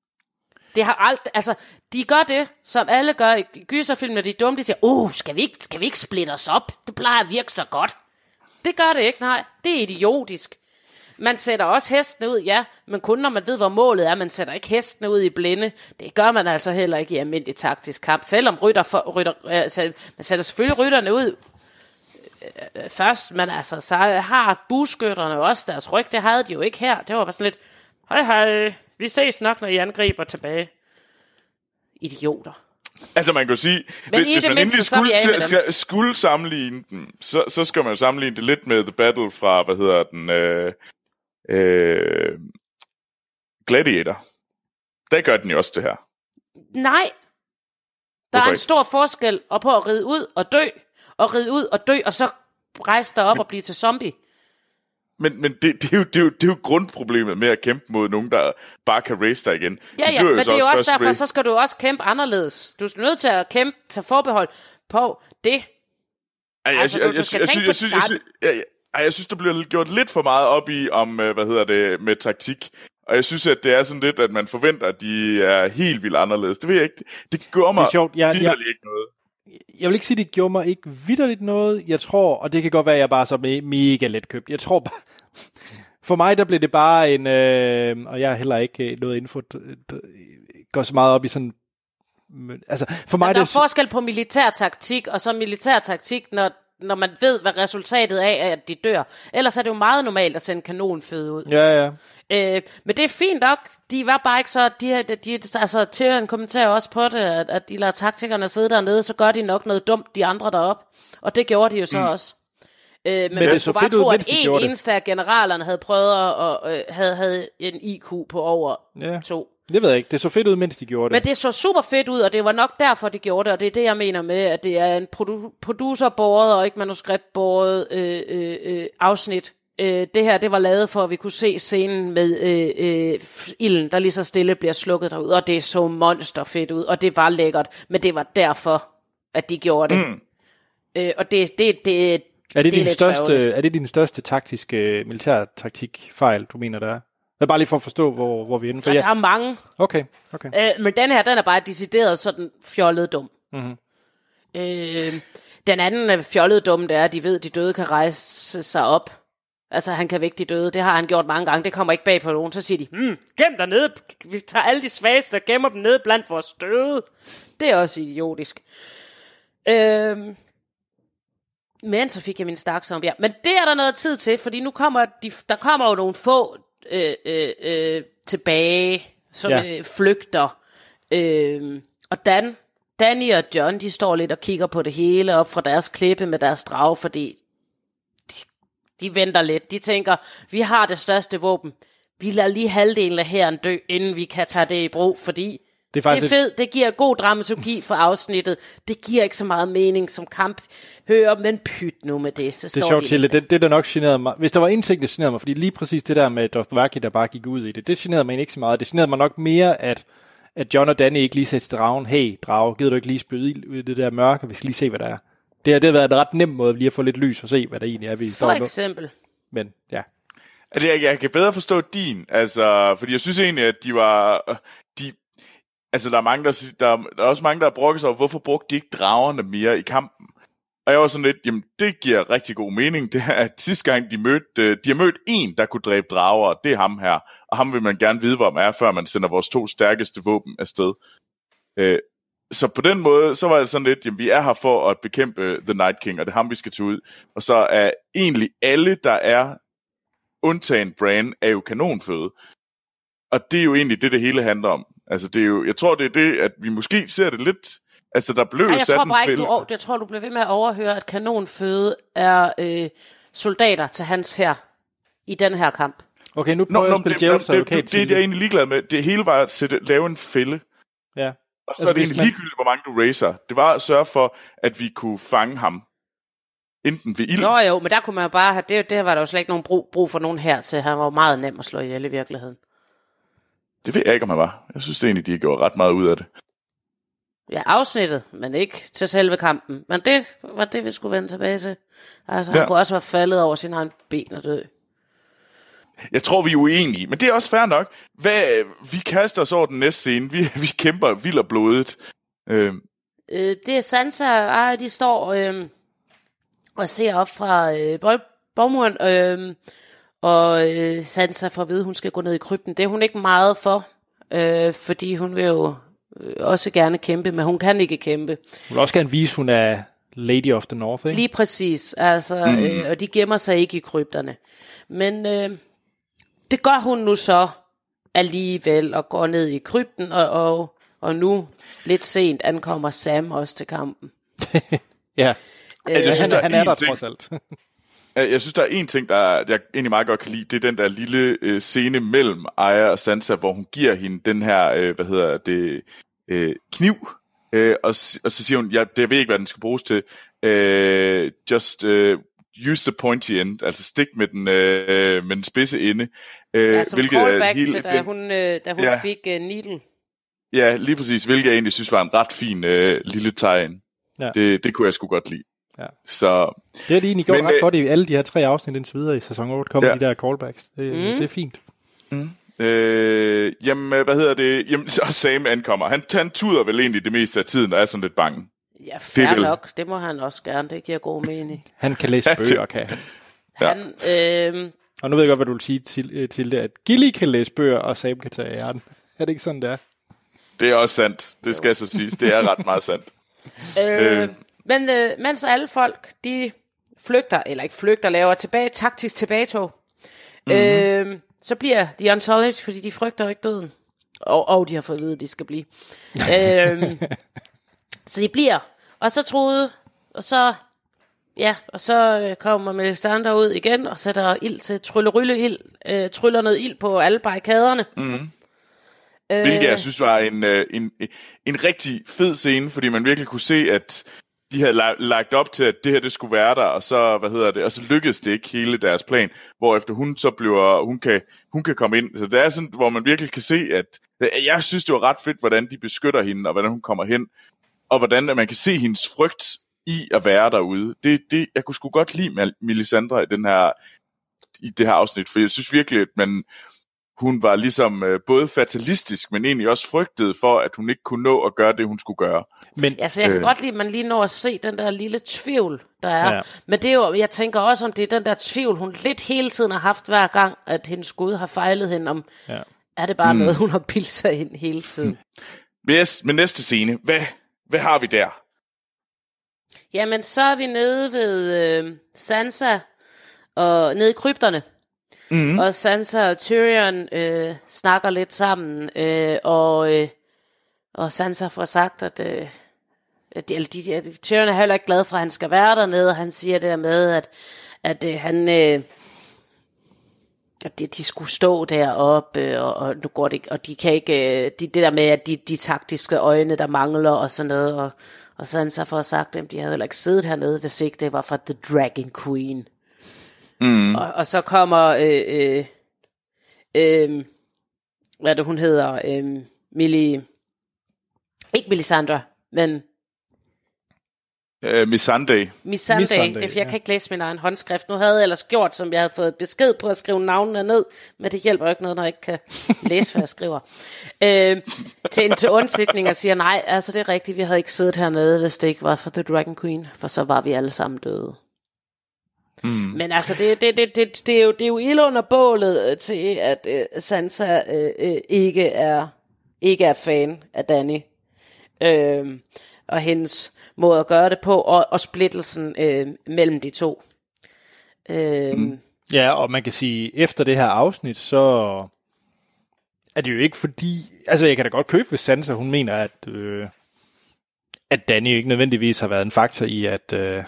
[SPEAKER 2] Det har alt, altså, de gør det, som alle gør i gyserfilm, når de er dumme, de siger, uh, skal vi ikke, skal vi ikke splitte os op? Det plejer at virke så godt. Det gør det ikke, nej. Det er idiotisk. Man sætter også hestene ud, ja, men kun når man ved, hvor målet er. Man sætter ikke hestene ud i blinde. Det gør man altså heller ikke i almindelig taktisk kamp. Selvom rytter, for, rytter altså, man sætter selvfølgelig rytterne ud øh, først, men altså, så har bueskytterne også deres ryg. Det havde de jo ikke her. Det var bare sådan lidt, hej hej, vi ses nok, når I angriber tilbage. Idioter.
[SPEAKER 3] Altså man kan jo sige,
[SPEAKER 2] men
[SPEAKER 3] hvis, hvis man endelig skulle, skal, skulle sammenligne den, så, så skal man jo sammenligne det lidt med The Battle fra, hvad hedder den, øh, øh, Gladiator. Der gør den jo også det her.
[SPEAKER 2] Nej. Der Hvorfor er en ikke? Stor forskel og på at ride ud og dø, og ride ud og dø, og så rejse dig op men, og blive til zombie.
[SPEAKER 3] Men, men det, det, er jo, det, er jo, det er jo grundproblemet med at kæmpe mod nogen, der bare kan race dig igen.
[SPEAKER 2] Ja, ja, men det er jo også derfor, race. Så skal du også kæmpe anderledes. Du er nødt til at kæmpe, tage forbehold på det.
[SPEAKER 3] Ej, altså, jeg, du, jeg, du skal jeg, tænke jeg, på... Jeg, jeg, jeg, ej, jeg synes, der bliver gjort lidt for meget op i, om, hvad hedder det, med taktik. Og jeg synes, at det er sådan lidt, at man forventer, at de er helt vildt anderledes. Det ved jeg ikke. Det gør mig
[SPEAKER 1] sjovt. Jeg, jeg,
[SPEAKER 3] ikke noget.
[SPEAKER 1] Jeg vil ikke sige, det gjorde mig ikke vitterligt noget. Jeg tror, og det kan godt være, at jeg bare er så mega letkøbt. Jeg tror bare, for mig der blev det bare en, øh, og jeg har heller ikke noget info, går så meget op i sådan, altså for mig...
[SPEAKER 2] Der, der er
[SPEAKER 1] det,
[SPEAKER 2] forskel på militærtaktik, og så militærtaktik, når, når man ved, hvad resultatet af er, at de dør. Ellers er det jo meget normalt at sende kanonføde ud.
[SPEAKER 1] Ja, ja.
[SPEAKER 2] Øh, men det er fint nok. De var bare ikke så... De, de, de, altså, Tyrion kommenterer også på det, at, at de lader taktikerne sidde dernede, så gør de nok noget dumt, de andre derop. Og det gjorde de jo så mm. også. Øh, men, men det så bare tro, at en eneste af generalerne havde prøvet at... Og, øh, havde, havde en I Q på over
[SPEAKER 1] ja.
[SPEAKER 2] to.
[SPEAKER 1] Det ved jeg ikke. Det så fedt ud, mens de gjorde det.
[SPEAKER 2] Men det så super fedt ud, og det var nok derfor, de gjorde det. Og det er det, jeg mener med, at det er en produ- producerbordet og ikke manuskriptbordet øh, øh, øh, afsnit. Øh, det her, det var lavet for, at vi kunne se scenen med øh, øh, ilden, der lige så stille bliver slukket derud. Og det så monster fedt ud, og det var lækkert. Men det var derfor, at de gjorde det. Mm. Øh, og det, det, det,
[SPEAKER 1] er det,
[SPEAKER 2] det
[SPEAKER 1] din
[SPEAKER 2] er
[SPEAKER 1] største, er det din største taktiske, militærtaktikfejl, du mener, der er? Det er bare lige for at forstå, hvor, hvor vi er inde. For
[SPEAKER 2] ja,
[SPEAKER 1] ja.
[SPEAKER 2] Der er mange.
[SPEAKER 1] Okay, okay.
[SPEAKER 2] Øh, men den her, den er bare decideret sådan fjollet dum.
[SPEAKER 1] Mm-hmm.
[SPEAKER 2] Øh, den anden fjollet dum, det er, at de ved, at de døde kan rejse sig op. Altså, han kan vække de døde. Det har han gjort mange gange. Det kommer ikke bag på nogen. Så siger de, hmm, gem der nede. Vi tager alle de svageste og gemmer dem ned blandt vores døde. Det er også idiotisk. Øh, men så fik jeg min Stark-zombie. Ja. Men det er der noget tid til, fordi nu kommer de, der kommer jo nogle få øh, øh, øh, tilbage, som ja. øh, flygter. Øh, og Dan, Danny og John, de står lidt og kigger på det hele op fra deres klippe med deres drage, fordi de, de venter lidt. De tænker, vi har det største våben. Vi lader lige halvdelen af hæren dø, inden vi kan tage det i brug, fordi det er, det er fedt. Det giver god dramaturgi for afsnittet. Det giver ikke så meget mening som kamp. Hør, men pyt nu med det. Så
[SPEAKER 1] det er sjovt, Tille. Det, det der nok generede mig. Hvis der var en ting, der generede mig, fordi lige præcis det der med Dothraki, der bare gik ud i det, det generede mig ikke så meget. Det generede mig nok mere, at, at John og Danny ikke lige sagde til dragen, hey, drage, gider du ikke lige spyde ild ud i det der mørke, vi skal lige se, hvad der er. Det har, det har været en ret nem måde lige at få lidt lys og se, hvad der egentlig er. Vi
[SPEAKER 2] for eksempel.
[SPEAKER 1] Men, ja.
[SPEAKER 3] Altså, jeg, jeg kan bedre forstå din, altså, fordi jeg synes egentlig, at de var, de, altså, der er mange, der, der, der er også mange, der har brokket sig over, hvorfor brugte de ikke dragerne mere i kampen? Og jeg var sådan lidt, jamen, det giver rigtig god mening, det er, at sidste gang de mødte, de har mødt en, der kunne dræbe drager, og det er ham her, og ham vil man gerne vide, hvor man er, før man sender vores to stærkeste våben afsted. Øh, så på den måde, så var det sådan lidt, jamen, vi er her for at bekæmpe The Night King, og det er ham, vi skal tage ud. Og så er egentlig alle, der er undtagen Bran, er jo kanonføde. Og det er jo egentlig det, det hele handler om. Altså, det er jo, jeg tror, det er det, at vi måske ser det lidt. Altså, der blev
[SPEAKER 2] Ej, jeg
[SPEAKER 3] sat
[SPEAKER 2] tror
[SPEAKER 3] en
[SPEAKER 2] bare ikke,
[SPEAKER 3] film.
[SPEAKER 2] du, jeg tror, du bliver ved med at overhøre, at kanonføde er øh, soldater til hans hær i den her kamp.
[SPEAKER 1] Okay, nu prøver jeg at spille djævelens advokat.
[SPEAKER 3] Det, det, det, det er jeg egentlig ligeglad med. Det hele var at sætte, lave en fælde.
[SPEAKER 1] Ja.
[SPEAKER 3] Og så altså, er det egentlig man... ligegyldigt, hvor mange du racer. Det var at sørge for, at vi kunne fange ham. Enten ved ild.
[SPEAKER 2] Nå jo, men der kunne man jo bare have, det, det var der jo slet ikke nogen brug, brug for nogen her til. Han var meget nem at slå ihjel i virkeligheden.
[SPEAKER 3] Det ved jeg ikke, om han var. Jeg synes egentlig, de gjorde ret meget ud af det.
[SPEAKER 2] Ja, afsnittet, men ikke til selve kampen. Men det var det, vi skulle vende tilbage til. Altså, han ja. kunne også være faldet over sin egen ben og dø.
[SPEAKER 3] Jeg tror, vi er uenige, men det er også fair nok. Hvad, vi kaster os over den næste scene. Vi, vi kæmper vildt og blodigt. Øh.
[SPEAKER 2] Øh, det er Sansa og Arya, de står øh, og ser op fra øh, borgmuren, øh, og øh, Sansa får at vide, at hun skal gå ned i krypten. Det er hun ikke meget for, øh, fordi hun vil jo også gerne kæmpe, men hun kan ikke kæmpe.
[SPEAKER 1] Hun vil også gerne vise, hun er Lady of the North, ikke?
[SPEAKER 2] Lige præcis, altså, mm. øh, og de gemmer sig ikke i krypterne. Men øh, det gør hun nu så alligevel, og går ned i krypten, og, og, og nu, lidt sent, ankommer Sam også til kampen.
[SPEAKER 1] Ja,
[SPEAKER 3] øh, jeg synes,
[SPEAKER 1] han,
[SPEAKER 3] der
[SPEAKER 1] han er der
[SPEAKER 3] ting,
[SPEAKER 1] trods alt.
[SPEAKER 3] Jeg synes, der er en ting, der jeg egentlig meget godt kan lide, det er den der lille øh, scene mellem Arya og Sansa, hvor hun giver hende den her, øh, hvad hedder det, øh, kniv, øh, og, og så siger hun, ja, det ved ikke, hvad den skal bruges til, øh, just øh, use the pointy end, altså stik med den, øh, med den spidse ende. Øh,
[SPEAKER 2] ja, som
[SPEAKER 3] hvilket
[SPEAKER 2] callback
[SPEAKER 3] hele,
[SPEAKER 2] til, da hun, øh, da hun ja, fik uh, needle.
[SPEAKER 3] Ja, lige præcis, hvilket jeg egentlig synes var en ret fin øh, lille tegn. Ja. Det, det kunne jeg sgu godt lide.
[SPEAKER 1] Ja.
[SPEAKER 3] Så,
[SPEAKER 1] det er de egentlig gjort
[SPEAKER 3] men,
[SPEAKER 1] ret
[SPEAKER 3] øh,
[SPEAKER 1] godt i alle de her tre afsnit indtil videre i sæson otte, kommer
[SPEAKER 3] ja.
[SPEAKER 1] de der callbacks. Det, mm. det er fint.
[SPEAKER 3] Mm. Øh, jamen, hvad hedder det? Jamen, så Sam ankommer. Han, han tuder vel egentlig det meste af tiden, og er sådan lidt bange.
[SPEAKER 2] Ja, fair
[SPEAKER 3] det vel...
[SPEAKER 2] nok. Det må han også gerne. Det giver god mening.
[SPEAKER 1] Han kan læse bøger, kan han.
[SPEAKER 2] Han,
[SPEAKER 3] ja.
[SPEAKER 2] øh...
[SPEAKER 1] Og nu ved jeg godt, hvad du vil sige til, til det, at Gilly kan læse bøger, og Sam kan tage æren. Er det ikke sådan, det er?
[SPEAKER 3] Det er også sandt. Det skal jeg så sige. Det er ret meget sandt.
[SPEAKER 2] øh, øh. Men øh, mens alle folk, de flygter, eller ikke flygter, laver tilbage, taktisk tilbagetog, mm-hmm. øh, så bliver de Unsullied, fordi de frygter ikke døden. Og, og de har fået at vide, at de skal blive. øh, så de bliver. Og så troede, og så... Ja, og så kommer Melisandre ud igen og sætter ild til tryllerylle ild, øh, tryller noget ild på alle barrikaderne.
[SPEAKER 3] Mm. Øh, Hvilket jeg synes var en, en, en rigtig fed scene, fordi man virkelig kunne se, at de havde lagt op til, at det her det skulle være der, og så, hvad hedder det, og så lykkedes det ikke hele deres plan, hvorefter hun så bliver, hun kan, hun kan komme ind. Så det er sådan, hvor man virkelig kan se, at jeg synes, det var ret fedt, hvordan de beskytter hende, og hvordan hun kommer hen, og hvordan man kan se hendes frygt i at være derude. Det, det, jeg kunne sgu godt lide Melisandre i, den her, i det her afsnit, for jeg synes virkelig, at man, hun var ligesom øh, både fatalistisk, men egentlig også frygtede for, at hun ikke kunne nå at gøre det, hun skulle gøre.
[SPEAKER 2] Men, altså, jeg kan øh, godt lide, at man lige når at se den der lille tvivl, der er. Ja. Men det er jo, jeg tænker også, om det er den der tvivl, hun lidt hele tiden har haft hver gang, at hendes Gud har fejlet hende, om ja. Er det bare mm. noget, hun har bildt sig ind hele tiden.
[SPEAKER 3] Yes, men næste scene, hvad, hvad har vi der?
[SPEAKER 2] Jamen, så er vi nede ved øh, Sansa, og nede i krypterne. Mm-hmm. Og Sansa og Tyrion øh, snakker lidt sammen, øh, og, øh, og Sansa får sagt, at, øh, at, de, de, at Tyrion er heller ikke glad for, at han skal være dernede, og han siger det der med, at, at øh, han... Øh, at de, de skulle stå deroppe, og, og nu går det, og de kan ikke, de, det der med, at de, de taktiske øjne, der mangler, og sådan noget, og, og Sansa får sagt, at de havde heller ikke siddet hernede, hvis ikke det var fra The Dragon Queen. Mm. Og, og så kommer, øh, øh, øh, hvad er det, hun hedder, øh, Millie, ikke Melisandre, men...
[SPEAKER 3] Uh, Miss Sunday.
[SPEAKER 2] Miss Sunday, Miss Sunday, det er fordi, jeg ja. kan ikke læse min egen håndskrift. Nu havde jeg ellers gjort, som jeg havde fået besked på at skrive navnene ned, men det hjælper jo ikke noget, når jeg ikke kan læse, hvad jeg skriver. Øh, til en til undsætning og siger, nej, altså det er rigtigt, vi havde ikke siddet hernede, hvis det ikke var for The Dragon Queen, for så var vi alle sammen døde. Mm. Men altså, det, det, det, det, det, er jo, det er jo ild under bålet til, at øh, Sansa øh, øh, ikke, er, ikke er fan af Dany. Øh, og hendes måde at gøre det på, og, og splittelsen øh, mellem de to. Øh,
[SPEAKER 1] mm. Ja, og man kan sige, efter det her afsnit, så er det jo ikke fordi, altså jeg kan da godt købe, hvis Sansa, hun mener, at, øh, at Dany ikke nødvendigvis har været en faktor i, at, øh,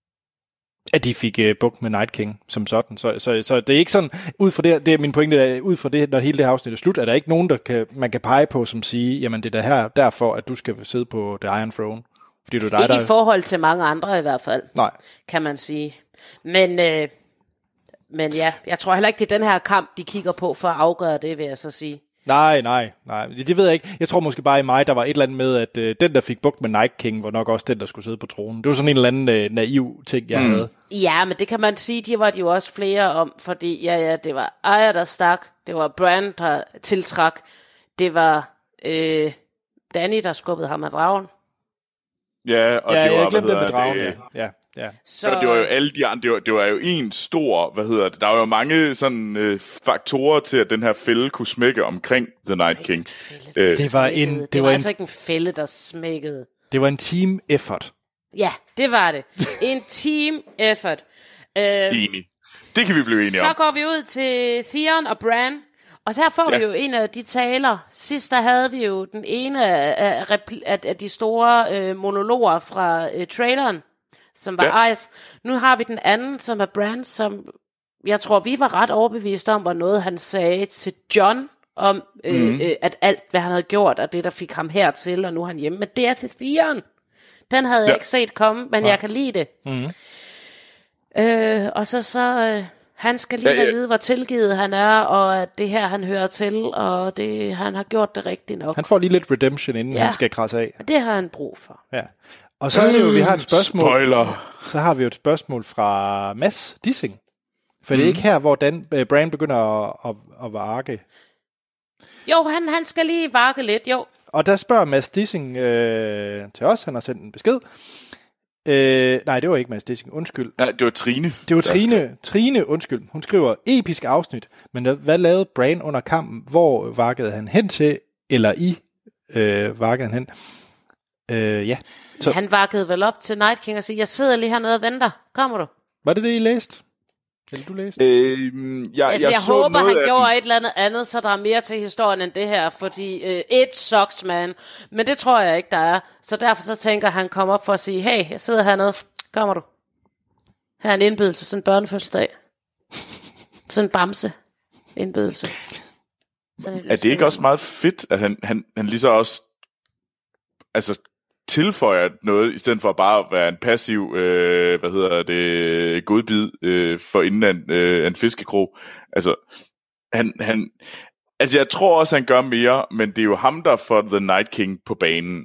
[SPEAKER 1] at de fik øh, bugt med Night King som sådan. Så, så, så det er ikke sådan, ud fra det, det er min pointe, der, ud fra det, når hele det her afsnit er slut, er der ikke nogen, der kan, man kan pege på, som siger, jamen det er der her, derfor, at du skal sidde på The Iron Throne. Fordi du er dig,
[SPEAKER 2] ikke
[SPEAKER 1] der...
[SPEAKER 2] i forhold til mange andre i hvert fald,
[SPEAKER 1] nej.
[SPEAKER 2] Kan man sige. Men, øh, men ja, jeg tror heller ikke, det er den her kamp, de kigger på for at afgøre det, vil jeg så sige.
[SPEAKER 1] Nej, nej, nej. Det ved jeg ikke. Jeg tror måske bare i mig, der var et eller andet med, at øh, den, der fik bugt med Night King, var nok også den, der skulle sidde på tronen. Det var sådan en eller anden øh, naiv ting, jeg mm. havde.
[SPEAKER 2] Ja, men det kan man sige, de var de jo også flere om, fordi ja, ja, det var Arya, der stak, det var Bran, der tiltrak, det var øh, Dany, der skubbede ham af dragen.
[SPEAKER 3] Ja, og
[SPEAKER 1] ja,
[SPEAKER 3] det var,
[SPEAKER 1] jeg glemte det med
[SPEAKER 3] dragen,
[SPEAKER 1] det, ja. ja. Ja.
[SPEAKER 3] Så det var jo alle de andre, det var, det var jo en stor, hvad hedder det, der var jo mange sådan øh, faktorer til, at den her fælde kunne smække omkring The Night King.
[SPEAKER 2] Fælde, det,
[SPEAKER 1] det var en, det,
[SPEAKER 2] det var,
[SPEAKER 1] var
[SPEAKER 2] altså
[SPEAKER 1] en,
[SPEAKER 2] ikke en fælde, der smækkede.
[SPEAKER 1] Det var en team effort.
[SPEAKER 2] Ja, det var det. En team effort. Øh,
[SPEAKER 3] Enig. Det kan vi blive enige
[SPEAKER 2] så
[SPEAKER 3] om.
[SPEAKER 2] Så går vi ud til Theon og Bran, og så her får ja. vi jo en af de taler. Sidst der havde vi jo den ene af, af, af de store øh, monologer fra øh, traileren, som var ja. Ice. Nu har vi den anden, som er Bran, som jeg tror, vi var ret overbeviste om, var noget, han sagde til Jon, om øh, mm. øh, at alt, hvad han havde gjort, og det, der fik ham hertil, og nu er han hjemme. Men det er til Theon. Den havde ja. jeg ikke set komme, men ja. jeg kan lide det. Mm. Øh, og så, så øh, Han skal lige
[SPEAKER 3] Ja, ja.
[SPEAKER 2] have vide, hvor tilgivet han er, og at det her, han hører til, og det, han har gjort det rigtigt nok.
[SPEAKER 1] Han får lige lidt redemption, inden
[SPEAKER 2] Ja.
[SPEAKER 1] han skal krasse af.
[SPEAKER 2] Og det har han brug for.
[SPEAKER 1] Ja. Og så er det jo, vi har et spørgsmål.
[SPEAKER 3] Spoiler.
[SPEAKER 1] Så har vi jo et spørgsmål fra Mads Dissing. For det er ikke her, hvor Dan, uh, Bran begynder at, at, at varke.
[SPEAKER 2] Jo, han, han skal lige varke lidt, jo.
[SPEAKER 1] Og der spørger Mads Dissing øh, til os, han har sendt en besked. Øh, nej, det var ikke Mads Dissing, undskyld.
[SPEAKER 3] Nej, det var Trine.
[SPEAKER 1] Det var Trine, Trine, undskyld. Hun skriver, episk afsnit, men hvad lavede Bran under kampen? Hvor varkede han hen til, eller i øh, varkede han hen? Øh, ja. Så,
[SPEAKER 2] Han vakkede vel op til Night King og siger, jeg sidder lige hernede og venter. Kommer du?
[SPEAKER 1] var det det, I læste? Eller du læste?
[SPEAKER 3] Øh, jeg,
[SPEAKER 2] Altså, jeg, jeg
[SPEAKER 3] så
[SPEAKER 2] håber,
[SPEAKER 3] noget
[SPEAKER 2] han
[SPEAKER 3] af
[SPEAKER 2] gjorde
[SPEAKER 3] den.
[SPEAKER 2] et eller andet andet, så der er mere til historien end det her, fordi øh, it sucks, man. Men det tror jeg ikke, der er. Så derfor så tænker han, kom op for at sige, hey, jeg sidder hernede. Kommer du? Her er en indbydelse, sådan en børnefødselsdag. Sådan en bamse indbydelse. Sådan en
[SPEAKER 3] Er det ikke også meget fedt, at han, han, han lige så også altså, tilføjer noget, i stedet for bare at være en passiv, øh, hvad hedder det, godbid øh, for inden af en, øh, en fiskekrog. Altså, han, han, altså, jeg tror også, han gør mere, men det er jo ham, der får The Night King på banen.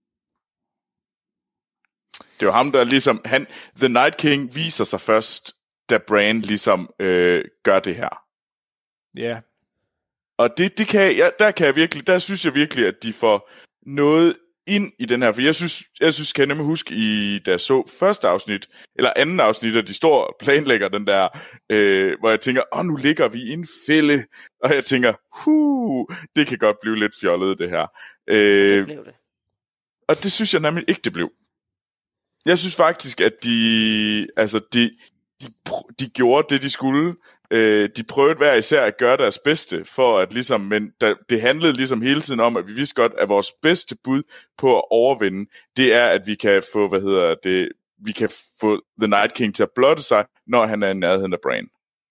[SPEAKER 3] Det er jo ham, der ligesom, han, The Night King viser sig først, da Bran ligesom øh, gør det her.
[SPEAKER 1] Ja.
[SPEAKER 3] Og det, det kan, ja, der kan jeg virkelig, der synes jeg virkelig, at de får noget ind i den her, for jeg synes, jeg synes, kan jeg nemlig huske, i, da jeg så første afsnit, eller anden afsnit, og de står og planlægger den der, øh, hvor jeg tænker, åh, nu ligger vi i en fælde, og jeg tænker, huh, det kan godt blive lidt fjollet, det her. Øh,
[SPEAKER 2] Det blev det.
[SPEAKER 3] Og det synes jeg nemlig ikke, det blev. Jeg synes faktisk, at de, altså de, de, de gjorde det, de skulle. Øh, de prøvede hver især at gøre deres bedste, for at ligesom, men der, det handlede ligesom hele tiden om, at vi vidste godt, at vores bedste bud på at overvinde, det er, at vi kan få, hvad hedder det, vi kan få The Night King til at blotte sig, når han er i nærheden af Bran.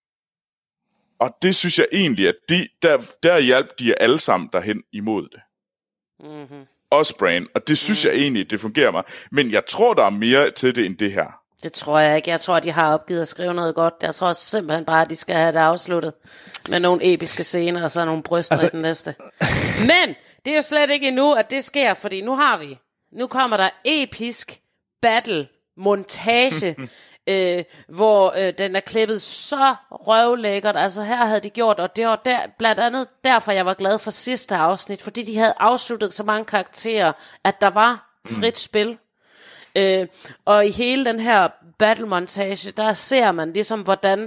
[SPEAKER 3] Og det synes jeg egentlig, at de, der, der hjalp de alle sammen derhen imod det.
[SPEAKER 2] Mm-hmm.
[SPEAKER 3] Også Bran, og det synes mm. jeg egentlig, det fungerer mig. Men jeg tror, der er mere til det end det her.
[SPEAKER 2] Det tror jeg ikke. Jeg tror, de har opgivet at skrive noget godt. Jeg tror simpelthen bare, at de skal have det afsluttet med nogle episke scener, og så nogle bryster altså... i den næste. Men det er jo slet ikke endnu, at det sker, fordi nu har vi. Nu kommer der episk battle montage, øh, hvor øh, den er klippet så røvlækkert. Altså her havde de gjort, og det var der, blandt andet derfor, jeg var glad for sidste afsnit, fordi de havde afsluttet så mange karakterer, at der var frit spil. Øh, og i hele den her battle montage, der ser man ligesom hvordan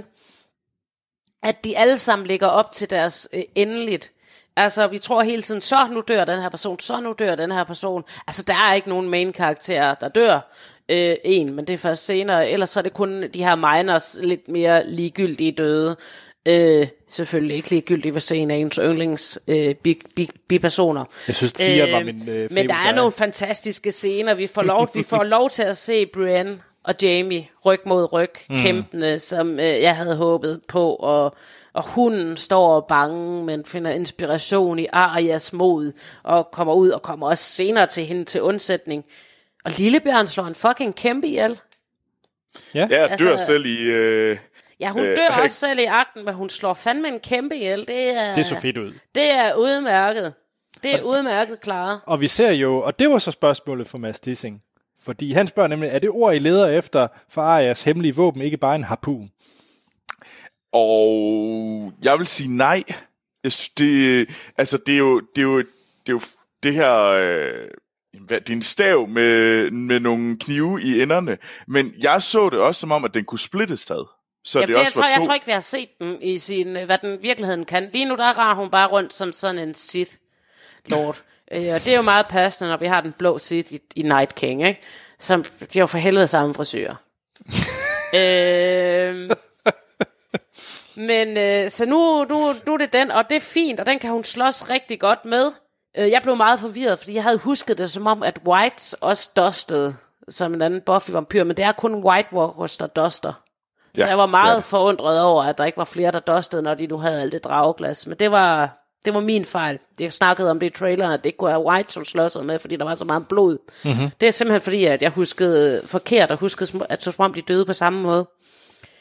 [SPEAKER 2] at de alle sammen ligger op til deres øh, endeligt. Altså vi tror hele tiden, så nu dør den her person, så nu dør den her person. Altså der er ikke nogen main karakterer, der dør øh, en, men det er først senere. Ellers så er det kun de her minors lidt mere ligegyldige døde. Øh, selvfølgelig ikke ligegyldigt, hvis en af ens yndlings øh, bipersoner.
[SPEAKER 1] Jeg synes, fire øh, var min øh,
[SPEAKER 2] Men der er nogle fantastiske scener. Vi får lov, vi får lov til at se Brienne og Jaime ryg mod ryg, mm. kæmpende, som øh, jeg havde håbet på. Og, og hunden står bange, men finder inspiration i Arias mod, og kommer ud og kommer også senere til hende til undsætning. Og Lillebjørn slår en fucking kæmpe ihjel.
[SPEAKER 1] Ja,
[SPEAKER 3] ja dør
[SPEAKER 2] altså,
[SPEAKER 3] selv i... Øh...
[SPEAKER 2] Ja, hun dør øh, også selv i akten, men hun slår fandme en kæmpe ihjel. Det er,
[SPEAKER 1] det så fedt ud.
[SPEAKER 2] Det er udmærket. Det er udmærket klare.
[SPEAKER 1] Og vi ser jo, og det var så spørgsmålet for Mads Dissing. Fordi han spørger nemlig, er det ord, I leder efter for Arias hemmelige våben, ikke bare en harpun?
[SPEAKER 3] Og jeg vil sige nej. Jeg synes, det, altså, det er jo det, er jo, det, er jo det her... Øh... Det er en stav med, med nogle knive i enderne. Men jeg så det også som om, at den kunne splittes ad. Så
[SPEAKER 2] Jamen,
[SPEAKER 3] det,
[SPEAKER 2] det
[SPEAKER 3] også
[SPEAKER 2] jeg, tror,
[SPEAKER 3] var to...
[SPEAKER 2] jeg tror ikke, vi har set dem i sin, hvad den virkeligheden kan. Lige nu, der rar hun bare rundt som sådan en Sith Lord. øh, og det er jo meget passende, når vi har den blå Sith i, i Night King, ikke? Som, de er jo for helvede samme frisyrer. øh, men øh, så nu, nu, nu er det den, og det er fint, og den kan hun slås rigtig godt med. Øh, jeg blev meget forvirret, fordi jeg havde husket det som om, at Whites også dustede som en anden Buffy-vampyr, men det er kun White Walkers, der duster. Så ja, jeg var meget forundret over, at der ikke var flere, der dustede, når de nu havde alt det drageglas. Men det var, det var min fejl. Jeg snakkede om det i traileren, at det ikke kunne have White, som slåsede med, fordi der var så meget blod. Mm-hmm. Det er simpelthen fordi, at jeg huskede forkert, og huskede, at så som om de døde på samme måde.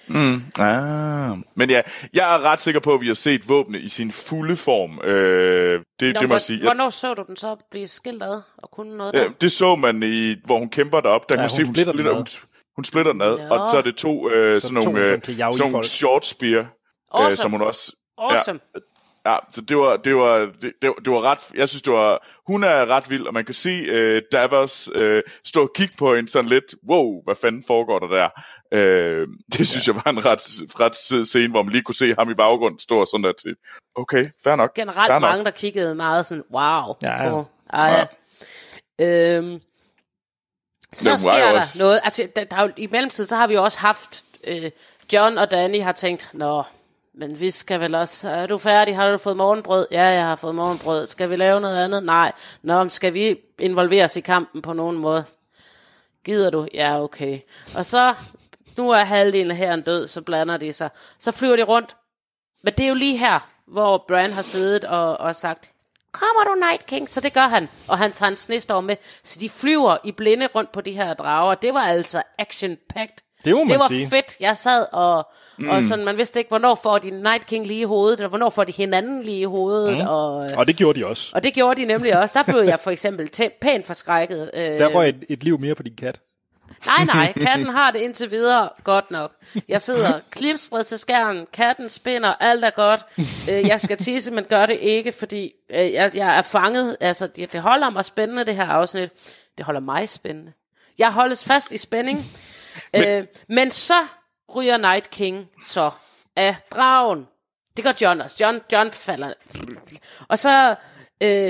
[SPEAKER 3] Mm. Ah. Men ja, jeg er ret sikker på, at vi har set våbne i sin fulde form. Øh, det,
[SPEAKER 2] Nå,
[SPEAKER 3] det må jeg sige.
[SPEAKER 2] Hvornår så du den så blive skilt ad og kunne noget der?
[SPEAKER 3] Ja, det så man i, hvor hun kæmper derop. Der
[SPEAKER 1] ja,
[SPEAKER 3] kan man se, hun splitter, hun, splitter, hun, hun splitter den ad.
[SPEAKER 2] Ja.
[SPEAKER 3] Og så er det to øh,
[SPEAKER 1] så
[SPEAKER 3] sådan
[SPEAKER 1] to,
[SPEAKER 3] nogle,
[SPEAKER 1] som
[SPEAKER 3] øh,
[SPEAKER 1] kan jage
[SPEAKER 3] sådan
[SPEAKER 1] folk.
[SPEAKER 3] short spear,
[SPEAKER 2] Awesome.
[SPEAKER 3] øh, som hun også...
[SPEAKER 2] Awesome.
[SPEAKER 3] Ja, ja, så det var, det var, det, det, det var ret, jeg synes det var, hun er ret vild, og man kan se øh, Davos øh, stå og kigge på en sådan lidt, wow, hvad fanden foregår der der? Øh, det synes ja. jeg var en ret, ret sød scene, hvor man lige kunne se ham i baggrunden stå sådan der til, okay, fair nok.
[SPEAKER 2] Generelt
[SPEAKER 3] fair
[SPEAKER 2] mange,
[SPEAKER 3] nok.
[SPEAKER 2] der kiggede meget sådan, wow.
[SPEAKER 1] Ja, ja.
[SPEAKER 2] På, ah, ja. Øhm, så
[SPEAKER 3] Nå,
[SPEAKER 2] sker der
[SPEAKER 3] også.
[SPEAKER 2] noget, altså der, der er jo, i mellemtiden, så har vi jo også haft, øh, John og Danny har tænkt, nå, men vi skal vel også, er du færdig, har du fået morgenbrød? Ja, jeg har fået morgenbrød. Skal vi lave noget andet? Nej. Nå, skal vi involveres i kampen på nogen måde? Gider du? Ja, okay. Og så, nu er halvdelen af hæren død, så blander de sig. Så flyver de rundt. Men det er jo lige her, hvor Bran har siddet og, og sagt, kommer du, Night King? Så det gør han. Og han tager en snestorm med. Så de flyver i blinde rundt på de her drager. Det var altså action-packed.
[SPEAKER 1] Det må man
[SPEAKER 2] det var
[SPEAKER 1] sige.
[SPEAKER 2] fedt. Jeg sad og, mm. og sådan, man vidste ikke, hvornår får de Night King lige i hovedet, eller hvornår får de hinanden lige i hovedet.
[SPEAKER 1] Mm.
[SPEAKER 2] Og,
[SPEAKER 1] og det gjorde de også.
[SPEAKER 2] og det gjorde de nemlig også. Der blev jeg for eksempel tæ- pænt forskrækket.
[SPEAKER 1] Der var et, et liv mere på din kat.
[SPEAKER 2] Nej, nej, katten har det indtil videre godt nok. Jeg sidder klipstret til skærmen, katten spinder, alt er godt. Jeg skal tisse, men gør det ikke, fordi jeg, jeg er fanget. Altså, det, det holder mig spændende, det her afsnit. Det holder mig spændende. Jeg holdes fast i spænding. Men, øh, men så ryger Night King så af dragen. Det gør John også. John, John falder. Og så... Øh,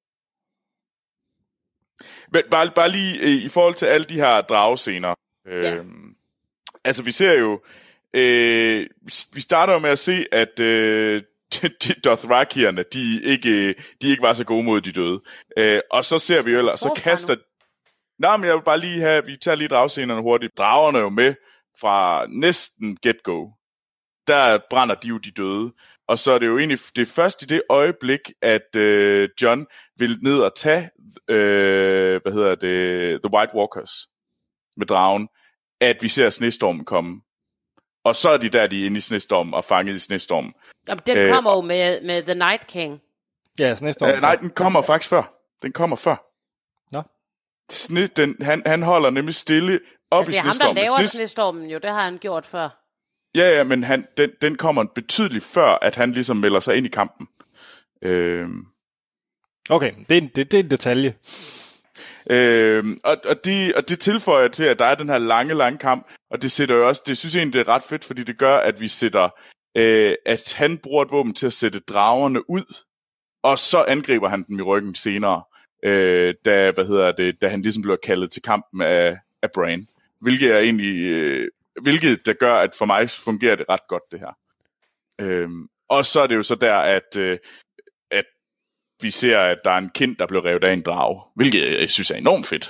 [SPEAKER 3] Men bare, bare lige øh, i forhold til alle de her dragescener. Øh,
[SPEAKER 2] ja.
[SPEAKER 3] Altså, vi ser jo... Øh, vi starter jo med at se, at øh, Dothrakierne, de ikke, de ikke var så gode mod de døde. Øh, og så ser vi jo ellers, så kaster... Nu. Nej, men jeg vil bare lige have... Vi tager lige dragescenerne hurtigt. Dragerne er jo med fra næsten get-go. Der brænder de jo de døde. Og så er det jo egentlig det er først i det øjeblik, at øh, John vil ned og tage, øh, hvad hedder det, The White Walkers med dragen, at vi ser snestormen komme. Og så er de der, de er inde i snestormen og fanget i snestormen.
[SPEAKER 2] Jamen, den øh, kommer jo med, med The Night King.
[SPEAKER 1] Ja, snestormen.
[SPEAKER 3] Øh, nej, den kommer faktisk før. Den kommer før.
[SPEAKER 1] Nå.
[SPEAKER 3] Sne, den, han, han holder nemlig stille op
[SPEAKER 2] altså,
[SPEAKER 3] i
[SPEAKER 2] snestormen.
[SPEAKER 3] snestormen.
[SPEAKER 2] Det er ham, der laver
[SPEAKER 3] Snes...
[SPEAKER 2] snestormen jo, det har han gjort før.
[SPEAKER 3] Ja, ja, men han, den, den kommer betydeligt før, at han ligesom melder sig ind i kampen. Øhm.
[SPEAKER 1] Okay, det er, det, det er en detalje.
[SPEAKER 3] Øhm, og, og, det, og det tilføjer til, at der er den her lange, lange kamp, og det sætter jo også, det synes jeg egentlig, det er ret fedt, fordi det gør, at vi sætter, øh, at han bruger et våben til at sætte dragerne ud, og så angriber han dem i ryggen senere, øh, da, hvad hedder det, da han ligesom bliver kaldet til kampen af, af Bran. Hvilket er egentlig... Øh, Hvilket der gør, at for mig fungerer det ret godt, det her. Øhm, og så er det jo så der, at, øh, at vi ser, at der er en kind, der blev revet af en drage. Hvilket jeg synes er enormt fedt.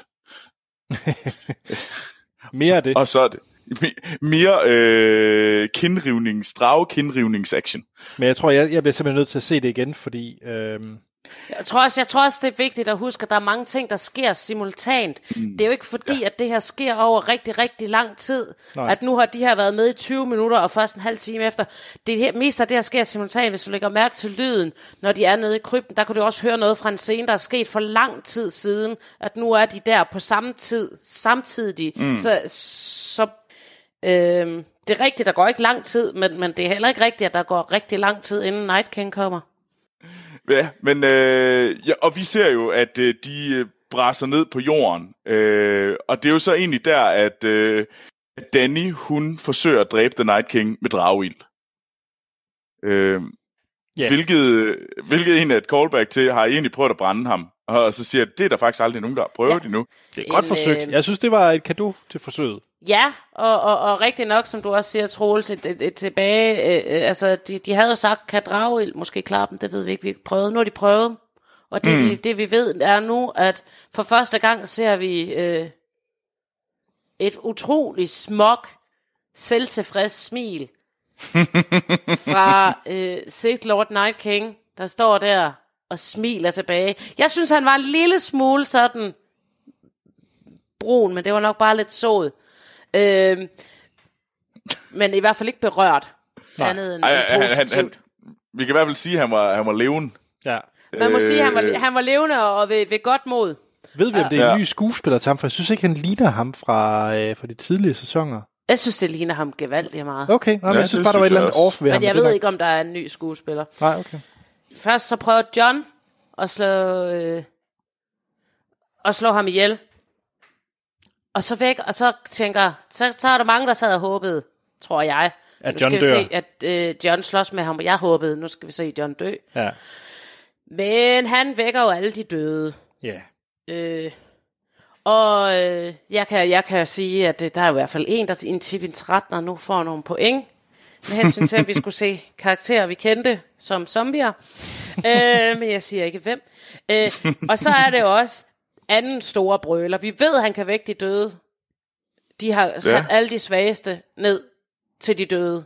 [SPEAKER 1] Mere af det.
[SPEAKER 3] Og så er det mere øh, kindrivnings, drage-kindrivnings-action.
[SPEAKER 1] Men jeg tror, jeg, jeg bliver simpelthen nødt til at se det igen, fordi... Øh...
[SPEAKER 2] Jeg tror, også, jeg tror også, det er vigtigt at huske, at der er mange ting, der sker simultant. Mm. Det er jo ikke fordi, ja. at det her sker over rigtig, rigtig lang tid. Nej. At nu har de her været med i tyve minutter, og først en halv time efter. Det her, mest af det her sker simultant, hvis du lægger mærke til lyden, når de er nede i krypten. Der kan du også høre noget fra en scene, der er sket for lang tid siden, at nu er de der på samme tid, samtidig. Mm. Så, så øh, det er rigtigt, der går ikke lang tid, men, men det er heller ikke rigtigt, at der går rigtig lang tid, inden Night King kommer.
[SPEAKER 3] Ja, men øh, ja, og vi ser jo, at øh, de øh, brænder ned på jorden, øh, og det er jo så egentlig der, at, øh, at Danny, hun forsøger at dræbe The Night King med drageild. Øh, yeah. hvilket, hvilket egentlig er et callback til, har I egentlig prøvet at brænde ham? Og så siger jeg, det er der faktisk aldrig nogen, der har prøvet ja. endnu.
[SPEAKER 1] Det er et godt en, forsøgt. Jeg synes, det var et cadeau til forsøget.
[SPEAKER 2] Ja, og, og, og rigtig nok, som du også siger, Troels, et, et, et tilbage, øh, altså de, de havde jo sagt, kan drageild måske klare dem, det ved vi ikke, vi har prøvet. Nu har de prøvet, og det, mm. vi, det vi ved er nu, at for første gang ser vi øh, et utroligt smuk, selvtilfreds smil fra øh, Sith Lord Night King, der står der og smiler tilbage. Jeg synes, han var en lille smule sådan brun, men det var nok bare lidt sod. Øh, Men i hvert fald ikke berørt.
[SPEAKER 1] Nej.
[SPEAKER 2] Andet end
[SPEAKER 3] Ej, han, han,
[SPEAKER 2] positivt.
[SPEAKER 3] han, vi kan i hvert fald sige, at han var, han var levende.
[SPEAKER 1] Ja.
[SPEAKER 2] Man må øh, sige, at han var,
[SPEAKER 3] Øh.
[SPEAKER 2] han var levende og ved, ved godt mod.
[SPEAKER 1] Ved vi, om det er en
[SPEAKER 3] Ja.
[SPEAKER 1] ny skuespiller til ham? For jeg synes ikke, han ligner ham fra, øh, fra de tidlige sæsoner.
[SPEAKER 2] Jeg synes, det ligner ham gevaldigt meget.
[SPEAKER 1] Okay, nå, men
[SPEAKER 3] Ja,
[SPEAKER 1] jeg synes
[SPEAKER 3] det
[SPEAKER 1] bare, der var et
[SPEAKER 3] synes
[SPEAKER 1] eller
[SPEAKER 3] jeg
[SPEAKER 1] andet
[SPEAKER 3] også.
[SPEAKER 1] off ved ham.
[SPEAKER 2] Men jeg
[SPEAKER 1] det er
[SPEAKER 2] ved
[SPEAKER 1] nok-
[SPEAKER 2] ikke, om der er en ny skuespiller.
[SPEAKER 1] Nej, okay.
[SPEAKER 2] Først så prøver John at slå, øh, at slå ham ihjel. Og så væk, og så tænker, så, så er der mange, der sad og håbede, tror jeg.
[SPEAKER 1] At
[SPEAKER 2] Nu
[SPEAKER 1] John
[SPEAKER 2] skal vi
[SPEAKER 1] dør.
[SPEAKER 2] se, at øh, John slås med ham, og jeg håbede, nu skal vi se John dø.
[SPEAKER 1] Ja.
[SPEAKER 2] Men han vækker jo alle de døde.
[SPEAKER 1] Ja.
[SPEAKER 2] Øh, og øh, jeg, kan, jeg kan sige, at øh, der er i hvert fald en, der i en tip tretten nu får nogle point. Med hensyn til, at vi skulle se karakterer, vi kendte som zombier. øh, men jeg siger ikke hvem. Øh, og så er det jo også anden store brøler. Vi ved, at han kan vække de døde. De har sat
[SPEAKER 3] Ja.
[SPEAKER 2] alle de svageste ned til de døde.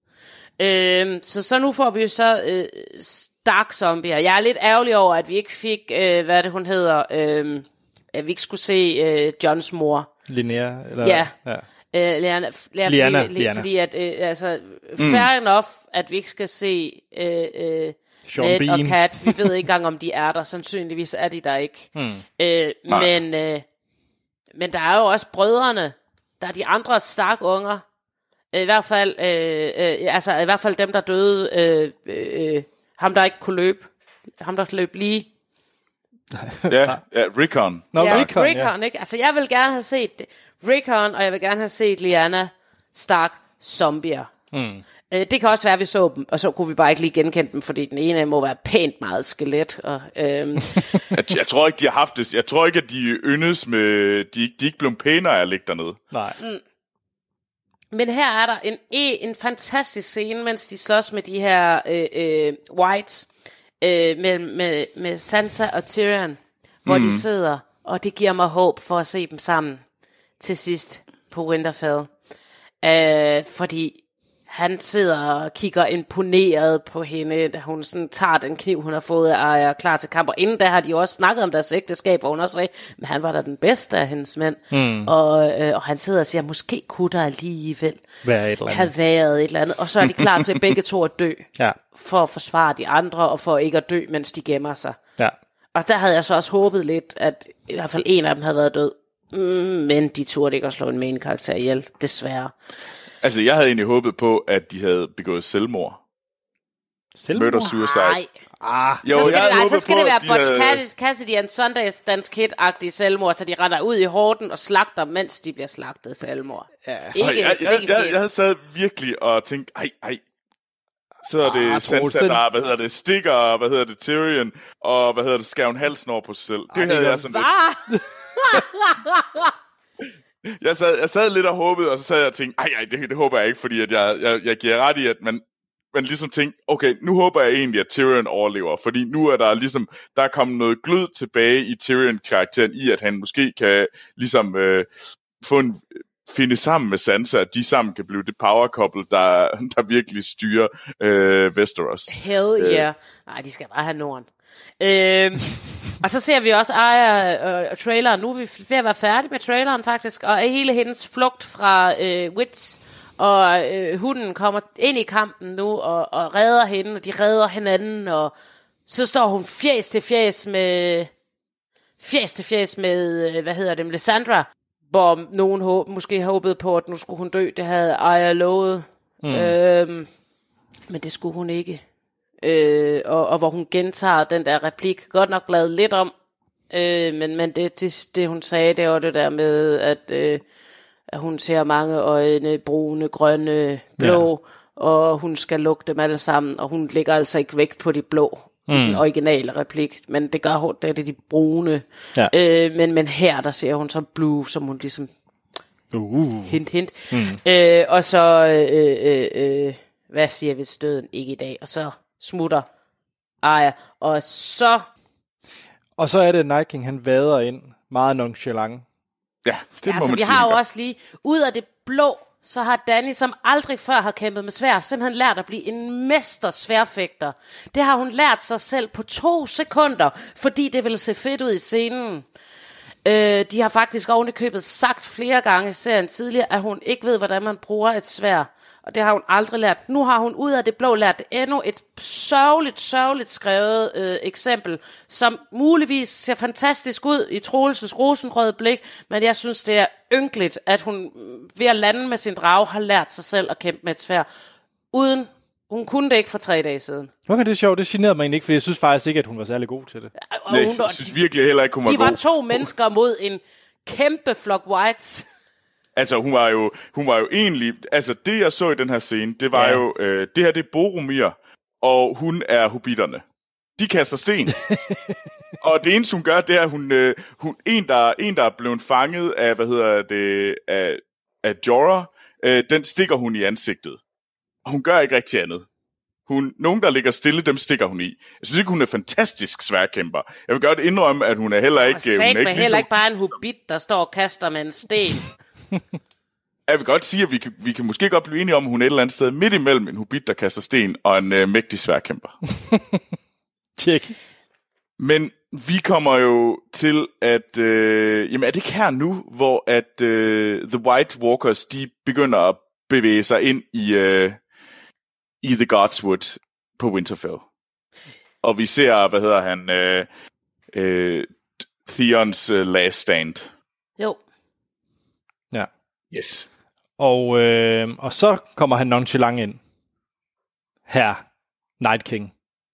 [SPEAKER 2] Øh, så, så nu får vi jo så øh, Stark zombier. Jeg er lidt ærgerlig over, at vi ikke fik, øh, hvad det hun hedder, øh, at vi ikke skulle se øh, Johns mor.
[SPEAKER 1] Linnea? Eller,
[SPEAKER 2] Ja.
[SPEAKER 1] ja.
[SPEAKER 2] Øh, Liana, Liana,
[SPEAKER 1] Liana,
[SPEAKER 2] fordi,
[SPEAKER 1] Liana.
[SPEAKER 2] fordi at, øh, altså, mm. fair enough, at vi ikke skal se øh, øh,
[SPEAKER 1] Sean
[SPEAKER 2] Ned
[SPEAKER 1] Bean.
[SPEAKER 2] og Kat. Vi ved ikke engang, om de er der. Sandsynligvis er de der ikke. Mm. Øh, men, øh, men der er jo også brødrene. Der er de andre Stark unger. I hvert fald, øh, øh, altså i hvert fald dem, der døde. Øh, øh, ham, der ikke kunne løbe. Ham, der løb lige.
[SPEAKER 3] Ja, ja Rickon.
[SPEAKER 1] Nå,
[SPEAKER 2] Ja,
[SPEAKER 1] Rickon,
[SPEAKER 2] Rickon,
[SPEAKER 1] ja.
[SPEAKER 2] ikke? Altså, jeg vil gerne have set Rickon, og jeg vil gerne have set Lyanna Stark zombier. Mm. Øh, det kan også være, at vi så dem, og så kunne vi bare ikke lige genkende dem, fordi den ene må være pænt meget skelet. Og, øhm,
[SPEAKER 3] Jeg, jeg tror ikke, de har haft det. Jeg tror ikke, at de yndes med... De, de er ikke blevet pænere af at ligge dernede.
[SPEAKER 1] Nej.
[SPEAKER 2] Mm. Men her er der en, en fantastisk scene, mens de slås med de her øh, øh, whites, øh, med, med, med Sansa og Tyrion, hvor mm. de sidder, og det giver mig håb for at se dem sammen til sidst på Winterfell. Øh, fordi han sidder og kigger imponeret på hende, da hun sådan tager den kniv, hun har fået af Arya, klar til kamp. Og inden da har de jo også snakket om deres ægteskab, hvor hun også sagde, men han var da den bedste af hendes mænd. Mm. Og, øh, og han sidder og siger, måske kunne der alligevel
[SPEAKER 1] Være et eller andet.
[SPEAKER 2] have været et eller andet. Og så er de klar til begge to at dø,
[SPEAKER 1] Ja.
[SPEAKER 2] for at forsvare de andre, og for ikke at dø, mens de gemmer sig.
[SPEAKER 1] Ja.
[SPEAKER 2] Og der havde jeg så også håbet lidt, at i hvert fald en af dem havde været død. Mm, men de turde ikke at slå en main karakter ihjel, desværre.
[SPEAKER 3] Altså, jeg havde egentlig håbet på, at de havde begået selvmord.
[SPEAKER 1] Selvmord?
[SPEAKER 3] Murder suicide.
[SPEAKER 2] Nej,
[SPEAKER 3] Jo,
[SPEAKER 2] så skal,
[SPEAKER 3] jeg
[SPEAKER 2] det,
[SPEAKER 3] havde
[SPEAKER 2] nej, så
[SPEAKER 3] håbet
[SPEAKER 2] skal
[SPEAKER 3] på,
[SPEAKER 2] det være
[SPEAKER 3] at de
[SPEAKER 2] Butch
[SPEAKER 3] havde-
[SPEAKER 2] Cassidy, Cassidy and Sundance Dance Kid-agtige selvmord, så de render ud i horden og slagter, mens de bliver slagtet selvmord. Ja. Ikke
[SPEAKER 3] Og
[SPEAKER 2] en
[SPEAKER 3] jeg,
[SPEAKER 2] stik
[SPEAKER 3] jeg,
[SPEAKER 2] i
[SPEAKER 3] jeg, jeg
[SPEAKER 2] fjeset.
[SPEAKER 3] havde sad virkelig og tænkt, ej, ej. Så er det
[SPEAKER 1] Ah,
[SPEAKER 3] ah, Sansa,
[SPEAKER 1] Troels, den-
[SPEAKER 3] der, hvad hedder det, stikker, hvad hedder det, Tyrion, og hvad hedder det, skærer hun halsen over på sig selv. Det havde jeg sådan lidt.
[SPEAKER 2] Hva?
[SPEAKER 3] Jeg sad, jeg sad lidt og håbede, og så sad jeg og tænkte, ej, ej, det, det håber jeg ikke, fordi at jeg, jeg, jeg giver ret i, at man, man ligesom tænkte, okay, nu håber jeg egentlig, at Tyrion overlever, fordi nu er der ligesom, der er kommet noget glød tilbage i Tyrion-karakteren, i at han måske kan ligesom øh, få en, finde sammen med Sansa, at de sammen kan blive det power couple, der, der virkelig styrer øh, Westeros.
[SPEAKER 2] Hell yeah. Nej, de skal bare have Norden. Øhm, og så ser vi også Arya og, og traileren. Nu er vi ved at være færdige med traileren faktisk, og hele hendes flugt fra øh, Wits, og øh, hunden kommer ind i kampen nu og, og redder hende, og de redder hinanden, og så står hun fjæs til fjæs med fjæs til fjæs med, øh, hvad hedder det, Lysandra, hvor nogen håb, måske håbede på, at nu skulle hun dø. Det havde Arya lovet. Mm. Øhm, men det skulle hun ikke. Øh, og, og hvor hun gentager den der replik, godt nok lavet lidt om, øh, men, men det, det, det hun sagde, det var det der med, at, øh, at hun ser mange øjne, brune, grønne, blå, ja. Og hun skal lukke dem alle sammen, og hun lægger altså ikke vægt på de blå, mm. den originale replik, men det gør hun, det er det de brune. Ja. Øh, men, men her, der ser hun så blue, som hun ligesom
[SPEAKER 1] Uh.
[SPEAKER 2] hint, hint. Mm. Øh, og så, øh, øh, øh, hvad siger vi til døden? Ikke i dag. Og så smutter Arya. Og så...
[SPEAKER 1] Og så er det, Night King, han vader ind meget nonchalant.
[SPEAKER 3] Ja, det
[SPEAKER 2] Ja,
[SPEAKER 3] må
[SPEAKER 2] altså,
[SPEAKER 3] man
[SPEAKER 2] vi
[SPEAKER 3] sige.
[SPEAKER 2] har jo
[SPEAKER 3] han gør.
[SPEAKER 2] også lige... Ud af det blå, så har Dany, som aldrig før har kæmpet med sværd, simpelthen lært at blive en mester sværfægter. Det har hun lært sig selv på to sekunder, fordi det ville se fedt ud i scenen. Øh, de har faktisk oven i købet sagt flere gange i serien tidligere, at hun ikke ved, hvordan man bruger et sværd. Og det har hun aldrig lært. Nu har hun ud af det blå lært endnu et sørgeligt, sørgeligt skrevet øh, eksempel, som muligvis ser fantastisk ud i Troelses rosenrøde blik, men jeg synes, det er ynkeligt, at hun ved at lande med sin drage har lært sig selv at kæmpe med et sværd, uden hun kunne det ikke for tre dage siden.
[SPEAKER 1] Okay, det er sjovt. Det generede mig egentlig ikke, for jeg synes faktisk ikke, at hun var særlig god til det.
[SPEAKER 2] Og
[SPEAKER 3] Nej,
[SPEAKER 2] hun,
[SPEAKER 3] jeg synes virkelig heller ikke, hun var
[SPEAKER 2] de
[SPEAKER 3] god.
[SPEAKER 2] De var to mennesker mod en kæmpe flok whites.
[SPEAKER 3] Altså, hun var jo, hun var jo egentlig... Altså, det jeg så i den her scene, det var ja. jo... Øh, det her, det er Boromir, og hun er hobbiterne. De kaster sten. Og det eneste, hun gør, det er, at hun, øh, hun en, der, en, der er blevet fanget af, hvad hedder det, af, af Jorah, øh, den stikker hun i ansigtet. Og hun gør ikke rigtig andet. Hun, nogen, der ligger stille, dem stikker hun i. Jeg synes ikke, hun er fantastisk sværkæmper. Jeg vil godt indrømme, at hun er heller ikke...
[SPEAKER 2] Hun er,
[SPEAKER 3] hun er ikke
[SPEAKER 2] heller
[SPEAKER 3] ligesom...
[SPEAKER 2] ikke bare en hobbit, der står og kaster med en sten.
[SPEAKER 3] Jeg vil godt sige, at vi kan, vi kan måske godt blive enige om, at hun er et eller andet sted midt imellem en hobbit, der kaster sten, og en øh, mægtig sværkæmper.
[SPEAKER 1] Tjek.
[SPEAKER 3] Men vi kommer jo til at... Øh, jamen er det ikke her nu, hvor at øh, The White Walkers, de begynder at bevæge sig ind i, øh, i The Godswood på Winterfell. Og vi ser, hvad hedder han, øh, øh, Theons øh, last stand.
[SPEAKER 2] Jo.
[SPEAKER 1] Ja.
[SPEAKER 3] Yes.
[SPEAKER 1] Og, øh, og så kommer han nonchalant ind. Her. Night King.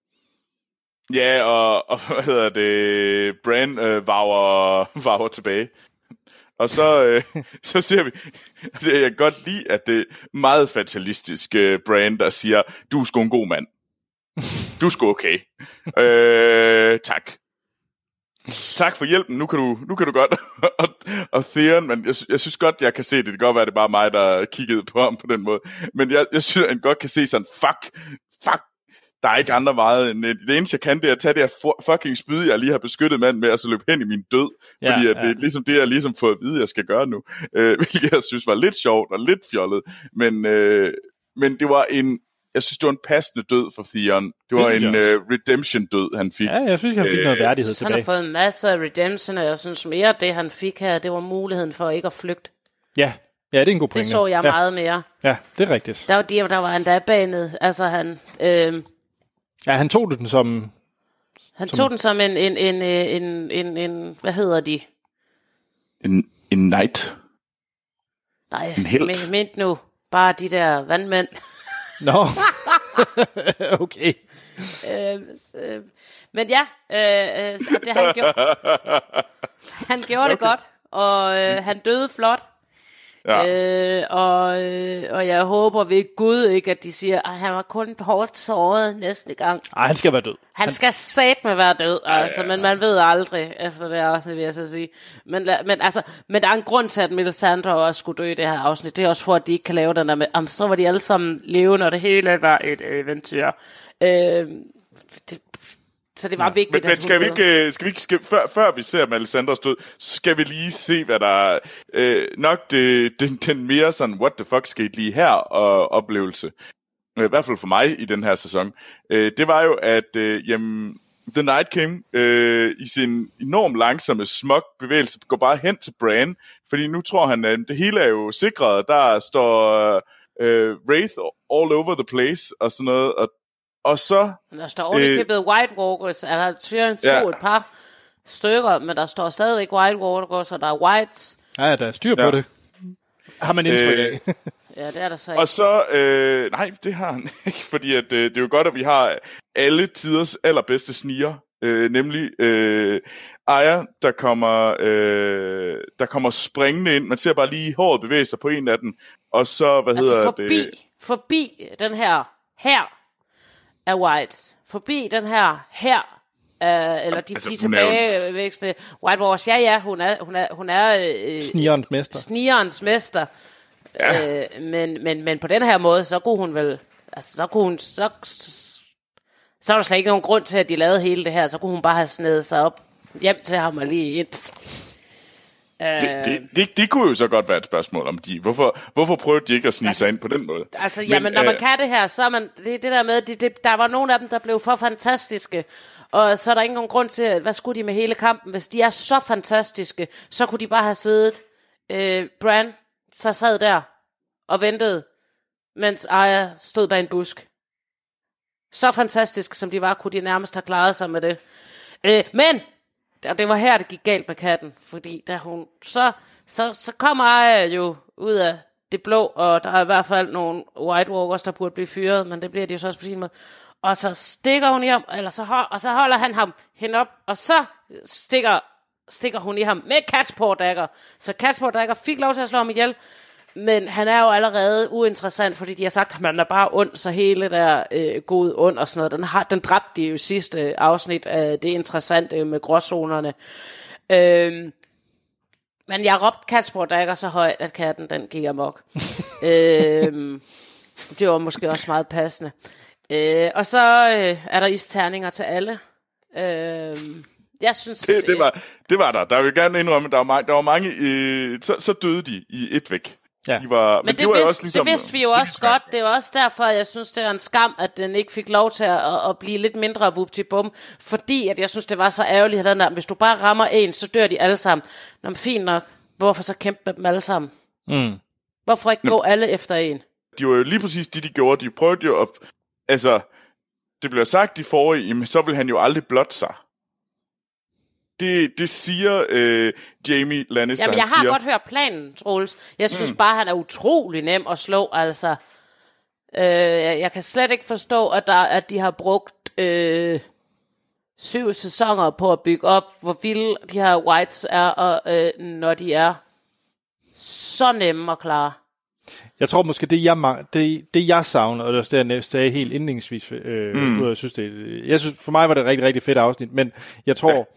[SPEAKER 3] Ja, og, og hvad hedder det, Bran øh, vager, vager tilbage. Og så, øh, så ser vi, det jeg kan godt lide, at det er meget fatalistisk øh, Bran, der siger, du er sgu en god mand. Du er sgu okay. øh, tak. Tak for hjælpen, nu kan du, nu kan du godt. og, og Theon, men jeg, jeg synes godt, jeg kan se det. Det kan godt være, det er bare mig, der kiggede på ham på den måde. Men jeg, jeg synes, at han godt kan se sådan, fuck, fuck. Der er ikke andre meget end det eneste, jeg kan, det er at tage det her fucking spyd, jeg lige har beskyttet mand med, og så løbe hen i min død.
[SPEAKER 1] Ja,
[SPEAKER 3] fordi at
[SPEAKER 1] ja.
[SPEAKER 3] det er ligesom det, jeg ligesom får at vide, jeg skal gøre nu. Øh, hvilket jeg synes var lidt sjovt og lidt fjollet. Men, øh, men det var en, jeg synes, det var en passende død for Theon. Det var det en uh, redemption-død, han fik.
[SPEAKER 1] Ja, jeg synes, han fik noget værdighed tilbage.
[SPEAKER 2] Han har fået masser af redemption, og jeg synes mere, at det, han fik her, det var muligheden for ikke at flygte.
[SPEAKER 1] Ja, ja det er en god pointe.
[SPEAKER 2] Det så jeg
[SPEAKER 1] ja.
[SPEAKER 2] meget mere.
[SPEAKER 1] Ja, det er rigtigt.
[SPEAKER 2] Der var, de, der var endda banet. Altså, han... Øh,
[SPEAKER 1] ja, han tog den som...
[SPEAKER 2] Han
[SPEAKER 1] som...
[SPEAKER 2] tog den som en, en, en, en, en, en... Hvad hedder de?
[SPEAKER 3] En, en knight.
[SPEAKER 2] Nej,
[SPEAKER 3] en helt.
[SPEAKER 2] jeg mente nu bare de der vandmænd.
[SPEAKER 1] Nå, okay.
[SPEAKER 2] Øh, øh, men ja, øh, øh, det, han gjorde, han gjorde okay. det godt, og øh, han døde flot. Ja. Øh, og, øh, og jeg håber ved Gud ikke, at de siger, at han var kun hårdt såret næste gang.
[SPEAKER 1] Nej, han skal være død.
[SPEAKER 2] Han, han... skal satme være død, altså, ja, ja, ja. Men man ved aldrig efter det afsnit, vil jeg så sige. Men, men, altså, men der er en grund til, at Melisandre også skulle dø i det her afsnit. Det er også for, at de ikke kan lave den der med, om så var de alle sammen levende, og det hele var et eventyr. Øh, det, så det var ja. vigtigt.
[SPEAKER 3] Men, men skal vi ikke, skal vi ikke skal, før, før vi ser Melisandres død, så skal vi lige se, hvad der er øh, nok det, den, den mere sådan, what the fuck skete lige her og oplevelse. I hvert fald for mig i den her sæson. Øh, det var jo, at øh, jamen, The Night King øh, i sin enormt langsomme, smuk bevægelse går bare hen til Bran, fordi nu tror han, at det hele er jo sikret. Der står øh, Wraith all over the place og sådan noget, og Og så...
[SPEAKER 2] Der står ovenikøbet øh, White Walkers, altså der tyren to ja. et par stykker, men der står stadigvæk White Walkers, og der er Whites.
[SPEAKER 1] Ja, der er styr på ja. det. Har man indtryk af.
[SPEAKER 2] Øh, ja, det er der så ikke.
[SPEAKER 3] Og så... Øh, nej, det har han ikke, fordi at, øh, det er jo godt, at vi har alle tiders allerbedste sniger, øh, nemlig øh, Arya, der kommer, øh, der kommer springende ind. Man ser bare lige håret bevæge sig på en af dem, og så, hvad altså hedder
[SPEAKER 2] forbi,
[SPEAKER 3] det...
[SPEAKER 2] forbi den her her af Whites, forbi den her her Uh, eller de, altså, de tilbagevækstende White Walkers. Ja, ja, hun er, hun er, hun er øh,
[SPEAKER 1] snigerens mester.
[SPEAKER 2] Snigerens mester. Ja. Uh, men, men, men på den her måde, så kunne hun vel, altså så kunne hun, så, så var der slet ikke nogen grund til, at de lavede hele det her. Så kunne hun bare have snedet sig op hjem til ham og lige ind. Uh,
[SPEAKER 3] det, det, det, det kunne jo så godt være et spørgsmål om de. Hvorfor, hvorfor prøvede de ikke at snige altså, sig ind på den måde?
[SPEAKER 2] Altså, men, jamen, når øh, man kan det her, så er man, det, det der med, det, det, der var nogle af dem, der blev for fantastiske. Og så er der ikke nogen grund til, hvad skulle de med hele kampen? Hvis de er så fantastiske, så kunne de bare have siddet. Øh, Bran så sad der og ventede, mens Arya stod bag en busk. Så fantastisk som de var, kunne de nærmest have klaret sig med det. Øh, men, og det var her, det gik galt med katten. Fordi da hun, så, så, så kommer Arya jo ud af det blå, og der er i hvert fald nogle White Walkers, der burde blive fyret, men det bliver de jo så også på sin måde. Og så stikker hun i ham, eller så hold, og så holder han ham hen op, og så stikker, stikker hun i ham med Catspore Dagger. Så Catspore Dagger fik lov til at slå ham ihjel, men han er jo allerede uinteressant, fordi de har sagt, at man er bare ond, så hele der øh, god ond og sådan noget, den, har, den dræbte de jo i sidste afsnit af det interessante med gråzonerne. Øh, men jeg råbte Catspore Dagger så højt, at katten den gik amok. øh, det var måske også meget passende. Øh, og så øh, er der isterninger til alle. Øh, jeg synes...
[SPEAKER 3] Det, det, var, det var der. Der vil gerne indrømme, der var mange... Der var mange øh, så, så døde de i et væk.
[SPEAKER 1] Ja.
[SPEAKER 3] De var, men,
[SPEAKER 2] men det,
[SPEAKER 3] det, var
[SPEAKER 2] vidste,
[SPEAKER 3] også ligesom,
[SPEAKER 2] det vidste vi jo også godt. Det er også derfor, jeg synes, det er en skam, at den ikke fik lov til at, at blive lidt mindre vupti-bum. Fordi at jeg synes, det var så ærgerligt, at den der, hvis du bare rammer en, så dør de alle sammen. Nå, men fint nok. Hvorfor så kæmpe med dem alle sammen?
[SPEAKER 1] Mm.
[SPEAKER 2] Hvorfor ikke Nå. gå alle efter en?
[SPEAKER 3] De var jo lige præcis det, de gjorde. De prøvede jo at... Altså, det blev sagt i forrige, jamen, så vil han jo aldrig blotte sig. Det, det siger øh, Jaime Lannister.
[SPEAKER 2] Jamen, jeg har
[SPEAKER 3] siger,
[SPEAKER 2] godt hørt planen, Troels. Jeg synes mm. bare, han er utrolig nem at slå, altså. Øh, jeg, jeg kan slet ikke forstå, at, der, at de har brugt øh, syv sæsoner på at bygge op, hvor vilde de her whites er, og, øh, når de er så nemme at klare.
[SPEAKER 1] Jeg tror måske, det jeg, det, det jeg savner, og det er også det, jeg sagde helt indledningsvis, øh, mm. jeg synes, det, jeg synes, for mig var det et rigtig, rigtig fedt afsnit, men jeg tror, ja.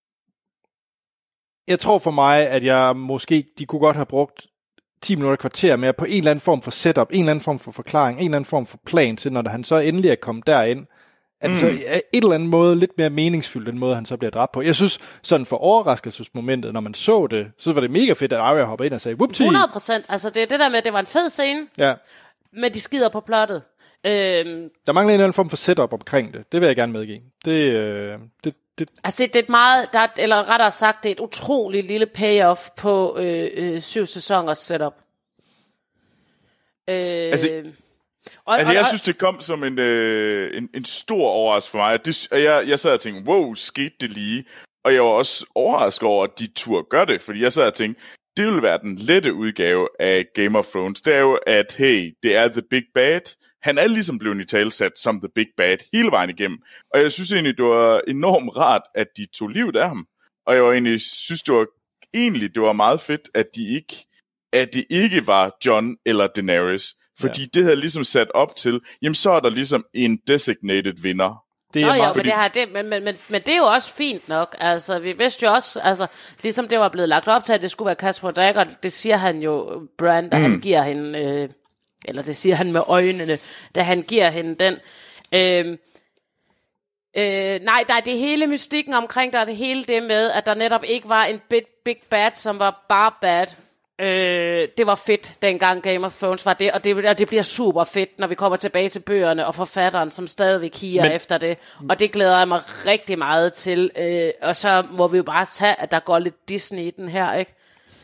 [SPEAKER 1] jeg tror for mig, at jeg måske, de kunne godt have brugt ti minutter kvarter mere på en eller anden form for setup, en eller anden form for forklaring, en eller anden form for plan til, når han så endelig er kommet derind, at mm. så et eller andet måde lidt mere meningsfyldt, den måde han så bliver dræbt på. Jeg synes, sådan for overraskelsesmomentet, når man så det, så var det mega fedt, at Arya hopper ind og sagde, whoopty!
[SPEAKER 2] hundrede procent, altså det er det der med, at det var en fed scene,
[SPEAKER 1] ja.
[SPEAKER 2] men de skider på plottet. Øhm,
[SPEAKER 1] der mangler en eller anden form for setup omkring det, det vil jeg gerne medgive. Det, øh, det, det.
[SPEAKER 2] Altså det er et meget, der er, eller rettere sagt, det er et utroligt lille payoff på øh, øh, syv sæsoners setup. Øh,
[SPEAKER 3] altså,
[SPEAKER 2] Og,
[SPEAKER 3] altså,
[SPEAKER 2] og,
[SPEAKER 3] jeg
[SPEAKER 2] og,
[SPEAKER 3] synes, det kom som en, øh, en, en stor overraskelse for mig. Det, jeg, jeg sad og tænkte, wow, skete det lige? Og jeg var også overrasket over, at de turde gøre det, fordi jeg sad og tænkte, det ville være den lette udgave af Game of Thrones. Det er jo, at hey, det er The Big Bad. Han er ligesom blevet i talsat som The Big Bad hele vejen igennem. Og jeg synes egentlig, det var enormt rart, at de tog livet af ham. Og jeg var egentlig, synes, det var egentlig, det var meget fedt, at de ikke, at det ikke var Jon eller Daenerys. Fordi ja. det havde ligesom sat op til, jamen så er der ligesom en designated vinder.
[SPEAKER 2] Det er Nå, ja, men, det her, det, men, men, men, men det er jo også fint nok. Altså, vi vidste jo også, altså, ligesom det var blevet lagt op til, at det skulle være Catspore Dagger, det siger han jo, Bran, da mm. han giver hende, øh, eller det siger han med øjnene, da han giver hende den. Øh, øh, nej, der er det hele mystikken omkring, der er det hele det med, at der netop ikke var en big, big bad, som var bare bad. Øh, det var fedt, dengang Game of Thrones var det, og det, og det bliver super fedt, når vi kommer tilbage til bøgerne og forfatteren, som stadigvæk higer Men... efter det, og det glæder jeg mig rigtig meget til, øh, og så må vi jo bare tage, at der går lidt Disney i den her, ikke?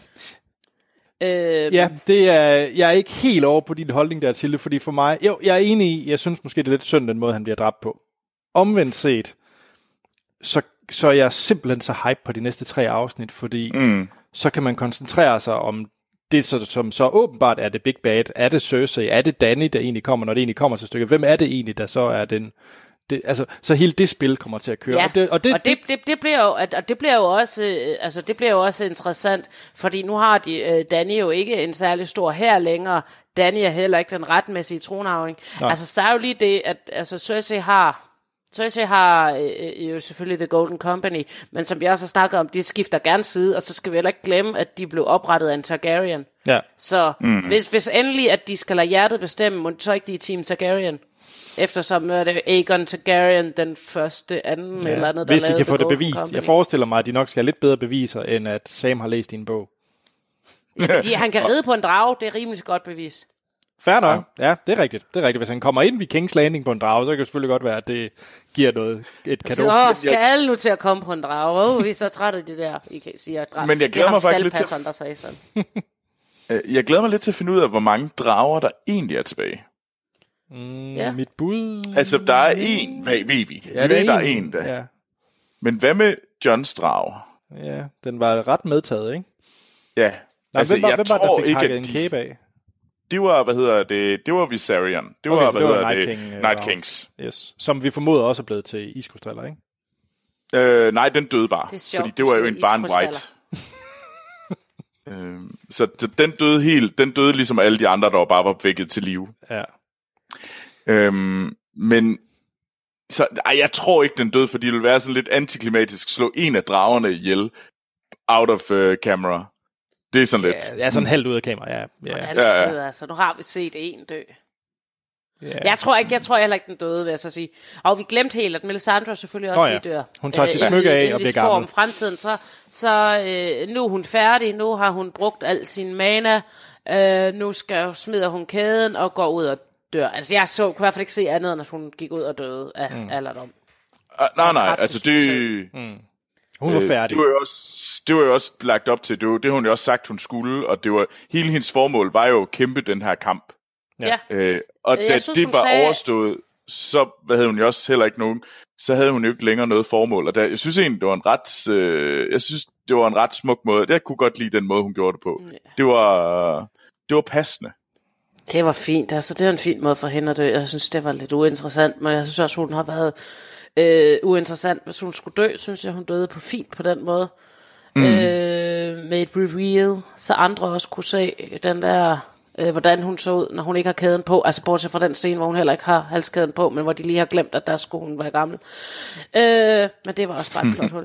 [SPEAKER 2] Øh,
[SPEAKER 1] ja, det er, jeg er ikke helt over på din holdning der til det, fordi for mig, jo, jeg er enig i, jeg synes måske, det er lidt synd, den måde, han bliver dræbt på. Omvendt set, så, så er jeg simpelthen så hype på de næste tre afsnit, fordi mm. så kan man koncentrere sig om det, som så åbenbart er det Big Bad. Er det Cersei? Er det Dany, der egentlig kommer, når det egentlig kommer til stykket? Hvem er det egentlig, der så er den... Det, altså, så hele det spil kommer til at køre.
[SPEAKER 2] Ja,
[SPEAKER 1] og det, og det,
[SPEAKER 2] og det, det, det bliver jo, og det bliver jo også, altså det bliver jo også interessant, fordi nu har de uh, Dany jo ikke en særlig stor hær længere. Dany er heller ikke den retmæssige tronarving. Altså, der er jo lige det, at altså Cersei har... Cersei har øh, jo selvfølgelig The Golden Company, men som jeg også har snakket om, de skifter gerne side, og så skal vi heller ikke glemme, at de blev oprettet af en Targaryen.
[SPEAKER 1] Ja.
[SPEAKER 2] Så mm. hvis, hvis endelig, at de skal lade hjertet bestemme, må så ikke de er Team Targaryen. Eftersom er det Aegon Targaryen, den første, anden ja. eller andet, der
[SPEAKER 1] hvis de kan få
[SPEAKER 2] det
[SPEAKER 1] bevist. Company. Jeg forestiller mig, at de nok skal have lidt bedre beviser, end at Sam har læst i en bog.
[SPEAKER 2] Ja, de, han kan ride på en drage, det er rimelig godt bevis.
[SPEAKER 1] Fair nok. Ja. ja, det er rigtigt. Det er rigtigt. Hvis han kommer ind ved Kings Landing på en drage, så kan det selvfølgelig godt være, at det giver noget, et cadeau.
[SPEAKER 2] Så skal alle nu til at komme på en drage. Åh, oh, vi er så trætte af det der. I kan sige, at
[SPEAKER 3] men jeg glæder mig faktisk lidt til...
[SPEAKER 2] der sagde sådan.
[SPEAKER 3] jeg glæder mig lidt til at finde ud af, hvor mange drager, der egentlig er tilbage.
[SPEAKER 1] Mm, ja. Mit bud...
[SPEAKER 3] Altså, der er en, hvad ved vi?
[SPEAKER 1] Ja,
[SPEAKER 3] vi ved,
[SPEAKER 1] er
[SPEAKER 3] der er
[SPEAKER 1] en,
[SPEAKER 3] en der.
[SPEAKER 1] Ja.
[SPEAKER 3] Men hvad med Johns drage?
[SPEAKER 1] Ja, den var ret medtaget, ikke?
[SPEAKER 3] Ja.
[SPEAKER 1] Nej,
[SPEAKER 3] altså,
[SPEAKER 1] hvem var,
[SPEAKER 3] jeg
[SPEAKER 1] hvem var
[SPEAKER 3] tror
[SPEAKER 1] der fik
[SPEAKER 3] ikke,
[SPEAKER 1] hakket en
[SPEAKER 3] de...
[SPEAKER 1] kæbe af?
[SPEAKER 3] Det var, hvad hedder det, det var Viserion. Det
[SPEAKER 1] okay,
[SPEAKER 3] var, hvad
[SPEAKER 1] det
[SPEAKER 3] hedder
[SPEAKER 1] var Night
[SPEAKER 3] det,
[SPEAKER 1] King,
[SPEAKER 3] Night Kings.
[SPEAKER 1] Yes. Som vi formoder også er blevet til iskrystaller, ikke?
[SPEAKER 3] Øh, nej, den døde bare.
[SPEAKER 2] Det er sjovt,
[SPEAKER 3] fordi det var jo en barn white. øhm, så, så den døde helt, den døde ligesom alle de andre, der bare var vækket til live.
[SPEAKER 1] Ja.
[SPEAKER 3] Øhm, men så, ej, jeg tror ikke, den døde, fordi det ville være sådan lidt antiklimatisk. Slå en af dragerne ihjel out of uh, camera. Det er sådan lidt...
[SPEAKER 1] Ja, ja sådan halvt ud af kamera, ja.
[SPEAKER 2] Ja.
[SPEAKER 1] ja.
[SPEAKER 2] ja, ja. Altså, nu har vi set en dø. Yeah. Jeg tror ikke, jeg tror heller ikke den døde, vil jeg så sige. Og vi glemte helt, at Melisandre selvfølgelig også oh, ja. lige dør.
[SPEAKER 1] Hun tager sit smykke af og bliver gammel.
[SPEAKER 2] Om fremtiden, så, så øh, nu er hun færdig. Nu har hun brugt al sin mana. Øh, nu skal smider hun kæden og går ud og dør. Altså jeg så kunne i hvert fald ikke se andet, end at hun gik ud og døde af mm. alderdom.
[SPEAKER 3] Uh, nej, nej, altså det...
[SPEAKER 1] Mm. Hun var færdig.
[SPEAKER 3] Øh, det, var jo også, det var jo også lagt op til, det, var, det har hun jo også sagt, hun skulle, og det var hele hendes formål var jo at kæmpe den her kamp.
[SPEAKER 2] Ja.
[SPEAKER 3] Øh, og da synes, det var sagde... overstået, så hvad havde hun jo også heller ikke nogen, så havde hun jo ikke længere noget formål. Og der, jeg synes egentlig, det var en ret, øh, jeg synes, det var en ret smuk måde. Jeg kunne godt lide den måde, hun gjorde det på. Ja. Det var, det var passende.
[SPEAKER 2] Det var fint, altså det var en fin måde for hende at dø. Jeg synes, det var lidt uinteressant, men jeg synes også, hun har været øh, uinteressant, hvis hun skulle dø. Synes jeg, hun døde på fint på den måde. Mm. Øh, med et reveal, så andre også kunne se den der, øh, hvordan hun så ud, når hun ikke har kæden på. Altså bortset fra den scene, hvor hun heller ikke har halskæden på, men hvor de lige har glemt, at der skulle hun være gammel. Øh, men det var også bare et plothul.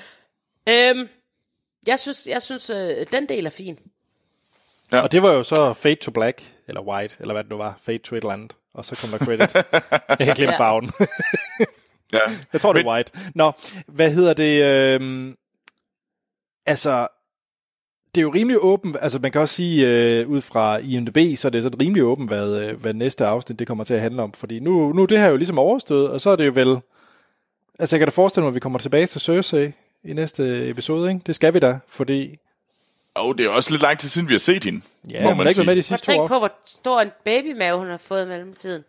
[SPEAKER 2] øh, jeg synes, jeg synes øh, den del er fin.
[SPEAKER 1] Ja. Og det var jo så Fade to Black, eller White, eller hvad det nu var, Fade to et eller andet, og så kom der credit. Jeg har glemt farven.
[SPEAKER 3] Ja.
[SPEAKER 1] Jeg tror, det er White. Nå, hvad hedder det? Øh, altså, det er jo rimelig åbent, altså man kan også sige, øh, ud fra I M D B, så er det så rimelig åbent, hvad, øh, hvad næste afsnit det kommer til at handle om, fordi nu, nu er det her jo ligesom overstået, og så er det jo vel, altså jeg kan da forestille mig, at vi kommer tilbage til Cersei i næste episode, ikke? Det skal vi da, fordi...
[SPEAKER 3] Og oh, det er også lidt lang tid siden, vi har set hende.
[SPEAKER 1] Ja, må man ikke med de sidste to år.
[SPEAKER 2] Tænk på, hvor stor en babymave hun har fået i mellemtiden.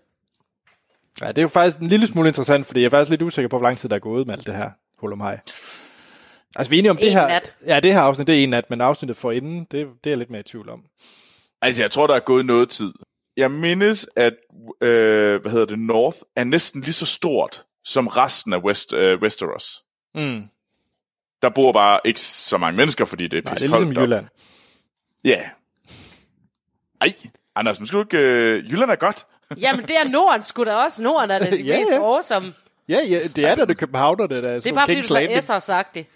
[SPEAKER 1] Ja, det er jo faktisk en lille smule interessant, fordi jeg er faktisk lidt usikker på, hvor lang tid der er gået med alt det her hurlumhej. Altså vi er enige om
[SPEAKER 2] en
[SPEAKER 1] det her.
[SPEAKER 2] Nat.
[SPEAKER 1] Ja, det her afsnit, det er en nat, men afsnittet for inden, det, det er jeg lidt mere i tvivl om.
[SPEAKER 3] Altså jeg tror, der er gået noget tid. Jeg mindes, at øh, hvad hedder det, North er næsten lige så stort som resten af West, øh, Westeros.
[SPEAKER 1] Mm.
[SPEAKER 3] Der bor bare ikke så mange mennesker, fordi det er
[SPEAKER 1] pisse koldt. Nej, det er ligesom Jylland.
[SPEAKER 3] Ja. Yeah. Ej, Anders, nu skal du ikke... Øh, Jylland er godt.
[SPEAKER 2] Jamen, det er Norden sgu da også. Norden er det de ja, mest ja. awesome.
[SPEAKER 1] Ja, ja, det er da det københavner, det der.
[SPEAKER 2] Det er bare fordi, du så S har sagt det.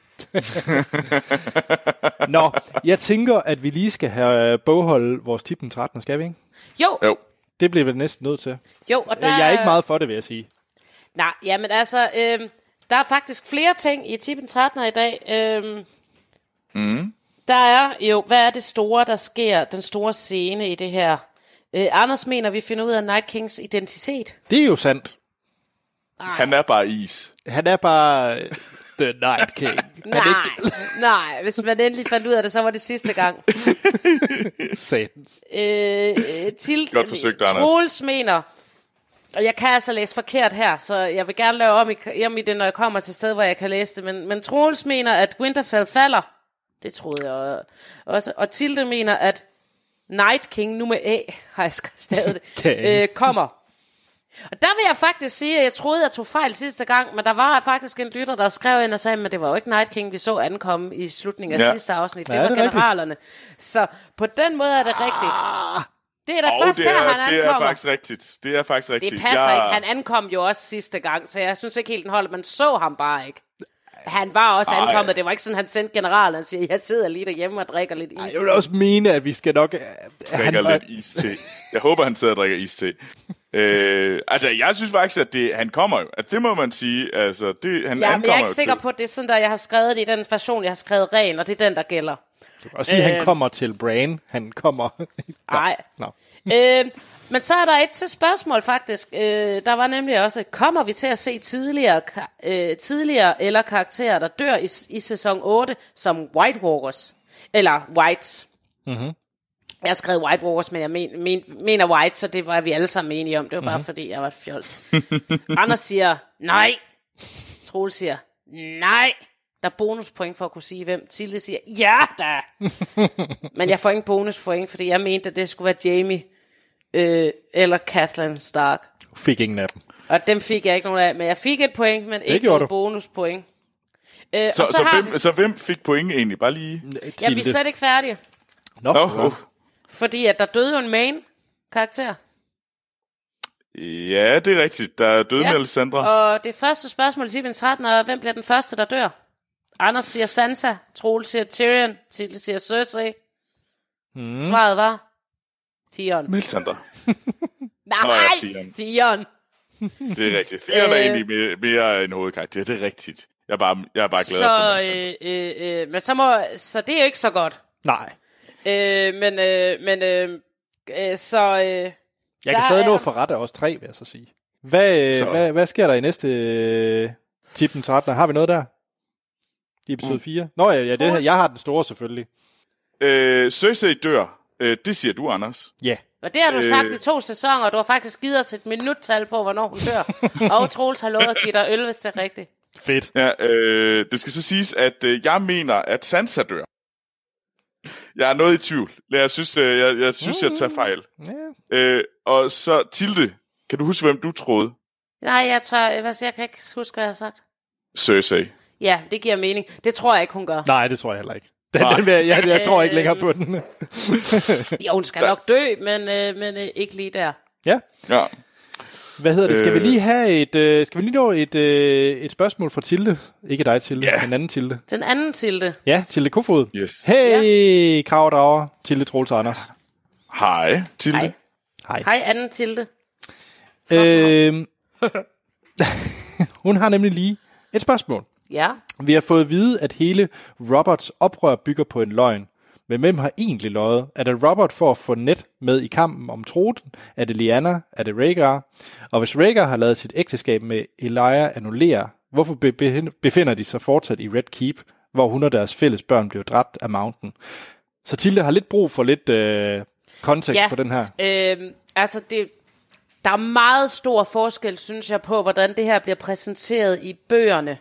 [SPEAKER 1] Nå, jeg tænker, at vi lige skal have bogholde vores tip den trettende, skal vi ikke?
[SPEAKER 2] Jo.
[SPEAKER 3] jo.
[SPEAKER 1] Det bliver vi næsten nødt til.
[SPEAKER 2] Jo, og der...
[SPEAKER 1] Jeg er ikke meget for det, vil jeg sige.
[SPEAKER 2] Nej, jamen altså... Øh... Der er faktisk flere ting i Tippen trettende i dag. Øhm,
[SPEAKER 3] mm.
[SPEAKER 2] Der er jo, hvad er det store, der sker, den store scene i det her? Øh, Anders mener, vi finder ud af Night Kings identitet.
[SPEAKER 1] Det er jo sandt.
[SPEAKER 2] Ej.
[SPEAKER 3] Han er bare is.
[SPEAKER 1] Han er bare The Night King.
[SPEAKER 2] nej, ikke... nej, hvis man endelig fandt ud af det, så var det sidste gang.
[SPEAKER 1] Satans.
[SPEAKER 2] Øh, til
[SPEAKER 3] Godt forsøgt, Anders.
[SPEAKER 2] Troels mener... Og jeg kan altså læse forkert her, så jeg vil gerne lave om i, om i det, når jeg kommer til sted, hvor jeg kan læse det. Men, men Troels mener, at Winterfell falder. Det troede jeg også. Og Tilde mener, at Night King, nu med A, har jeg stadig det, øh, kommer. Og der vil jeg faktisk sige, at jeg troede, jeg tog fejl sidste gang, men der var faktisk en lytter, der skrev ind og sagde, men det var jo ikke Night King, vi så ankomme i slutningen af ja. sidste afsnit. Det ja, var det generalerne. Rigtigt. Så på den måde er det rigtigt. Ah. Det er da oh, først her, han ankommer.
[SPEAKER 3] Det er faktisk rigtigt. Det er faktisk rigtigt.
[SPEAKER 2] Det passer
[SPEAKER 3] jeg...
[SPEAKER 2] ikke. Han ankom jo også sidste gang, så jeg synes ikke helt, den holder. Man så ham bare ikke. Han var også Ej. ankommet. Det var ikke sådan, han sendte generalen og siger, jeg sidder lige derhjemme og drikker lidt is.
[SPEAKER 1] Ej, jeg vil også mene, at vi skal nok...
[SPEAKER 3] Drikker
[SPEAKER 1] han var...
[SPEAKER 3] lidt iste. Jeg håber, han sidder og drikker iste. Øh, altså, jeg synes faktisk, at det, han kommer jo. At det må man sige. Altså, det, han
[SPEAKER 2] ja, men jeg er ikke sikker
[SPEAKER 3] til.
[SPEAKER 2] på, at det er sådan, der jeg har skrevet det i den version, jeg har skrevet ren, og det er den, der gælder.
[SPEAKER 1] Du kan også sige, at han kommer til Bran. Han kommer...
[SPEAKER 2] Nej.
[SPEAKER 1] No.
[SPEAKER 2] øh, men så er der et til spørgsmål, faktisk. Øh, der var nemlig også, kommer vi til at se tidligere, øh, tidligere eller karakterer, der dør i, i sæson otte, som White Walkers? Eller Whites.
[SPEAKER 1] Mhm.
[SPEAKER 2] Jeg har skrevet White Walkers, men jeg men, men, mener White, så det var vi alle sammen enige om. Det var bare mm-hmm. fordi, jeg var et fjols. Anders siger, nej. Troels siger, nej. Der er bonuspoint for at kunne sige, hvem. Tilde siger, ja da. Men jeg får ingen bonuspoint, fordi jeg mente, at det skulle være Jamie øh, eller Catelyn Stark.
[SPEAKER 1] Fik ingen af dem.
[SPEAKER 2] Og dem fik jeg ikke nogen af, men jeg fik et point, men det ikke noget bonuspoint. Øh,
[SPEAKER 3] så,
[SPEAKER 2] og så,
[SPEAKER 3] så,
[SPEAKER 2] har...
[SPEAKER 3] hvem, så hvem fik point egentlig? Bare lige...
[SPEAKER 2] Ja, vi er slet ikke færdige.
[SPEAKER 1] Nå,
[SPEAKER 3] Nå oh.
[SPEAKER 2] Fordi at der døde jo en main karakter.
[SPEAKER 3] Ja, det er rigtigt. Der er døde ja. med Alessandra.
[SPEAKER 2] Og det første spørgsmål i Sibens tretten er, hvem bliver den første, der dør? Anders siger Sansa, Troels siger Tyrion, Tilde siger Cersei. Hmm. Svaret var Theon.
[SPEAKER 3] Melisandre.
[SPEAKER 2] Nej, Theon. Theon.
[SPEAKER 3] Det er rigtigt. Theon er egentlig mere, mere en hovedkarakter. Det er rigtigt. Jeg er bare, jeg er bare glad
[SPEAKER 2] så,
[SPEAKER 3] for
[SPEAKER 2] øh, øh, øh, men så må, så det er jo ikke så godt.
[SPEAKER 1] Nej.
[SPEAKER 2] Øh, men, øh, men, øh, øh, så... Øh,
[SPEAKER 1] jeg kan stadig er... nå for ret af os tre, vil jeg så sige. Hvad, hvad, hvad sker der i næste øh, Tippen tretten? Har vi noget der? I episode mm. fire? Nå ja, ja det her, jeg har den store selvfølgelig.
[SPEAKER 3] Øh, Cersei dør. Øh, det siger du, Anders.
[SPEAKER 1] Ja. Yeah.
[SPEAKER 2] Og det har du sagt øh... i to sæsoner, og du har faktisk givet os et minuttal på, hvornår hun dør. Og Troels har lovet at give dig øl, hvis det er rigtigt.
[SPEAKER 1] Fedt.
[SPEAKER 3] Ja, øh, det skal så siges, at øh, jeg mener, at Sansa dør. Jeg er noget i tvivl. Jeg synes, øh, jeg, jeg, synes mm. jeg tager fejl. Yeah. Øh, og så Tilde, kan du huske, hvem du troede?
[SPEAKER 2] Nej, jeg tror, jeg, jeg kan ikke huske, hvad jeg har sagt.
[SPEAKER 3] Cersei.
[SPEAKER 2] Ja, det giver mening. Det tror jeg ikke, hun gør.
[SPEAKER 1] Nej, det tror jeg heller ikke. Den, den, jeg, jeg, jeg tror ikke længere på den.
[SPEAKER 2] Jo, hun skal nok dø, men, øh, men øh, ikke lige der.
[SPEAKER 1] Ja.
[SPEAKER 3] Ja.
[SPEAKER 1] Hvad hedder det? Skal vi lige have et, øh, skal vi lige nå et, øh, et spørgsmål fra Tilde? Ikke dig, Tilde, yeah. Den anden Tilde.
[SPEAKER 2] Den anden Tilde.
[SPEAKER 1] Ja, Tilde Kofod.
[SPEAKER 3] Yes.
[SPEAKER 1] Hey, ja. Kravdrager, Tilde Troels og Anders.
[SPEAKER 3] Hej, Tilde.
[SPEAKER 2] Hej.
[SPEAKER 1] Hej.
[SPEAKER 2] Hej, anden Tilde.
[SPEAKER 1] Øh, hun har nemlig lige et spørgsmål.
[SPEAKER 2] Ja.
[SPEAKER 1] Vi har fået at vide, at hele Roberts oprør bygger på en løgn. Men hvem har egentlig løjet? Er det Robert for at få Ned med i kampen om tronen? Er det Lyanna? Er det Rhaegar? Og hvis Rhaegar har lavet sit ægteskab med Elia annullere, hvorfor befinder de sig fortsat i Red Keep, hvor hun og deres fælles børn blev dræbt af Mountain? Så Tilde har lidt brug for lidt øh, kontekst
[SPEAKER 2] ja,
[SPEAKER 1] på den her.
[SPEAKER 2] Øh, altså, det, der er meget stor forskel, synes jeg, på, hvordan det her bliver præsenteret i bøgerne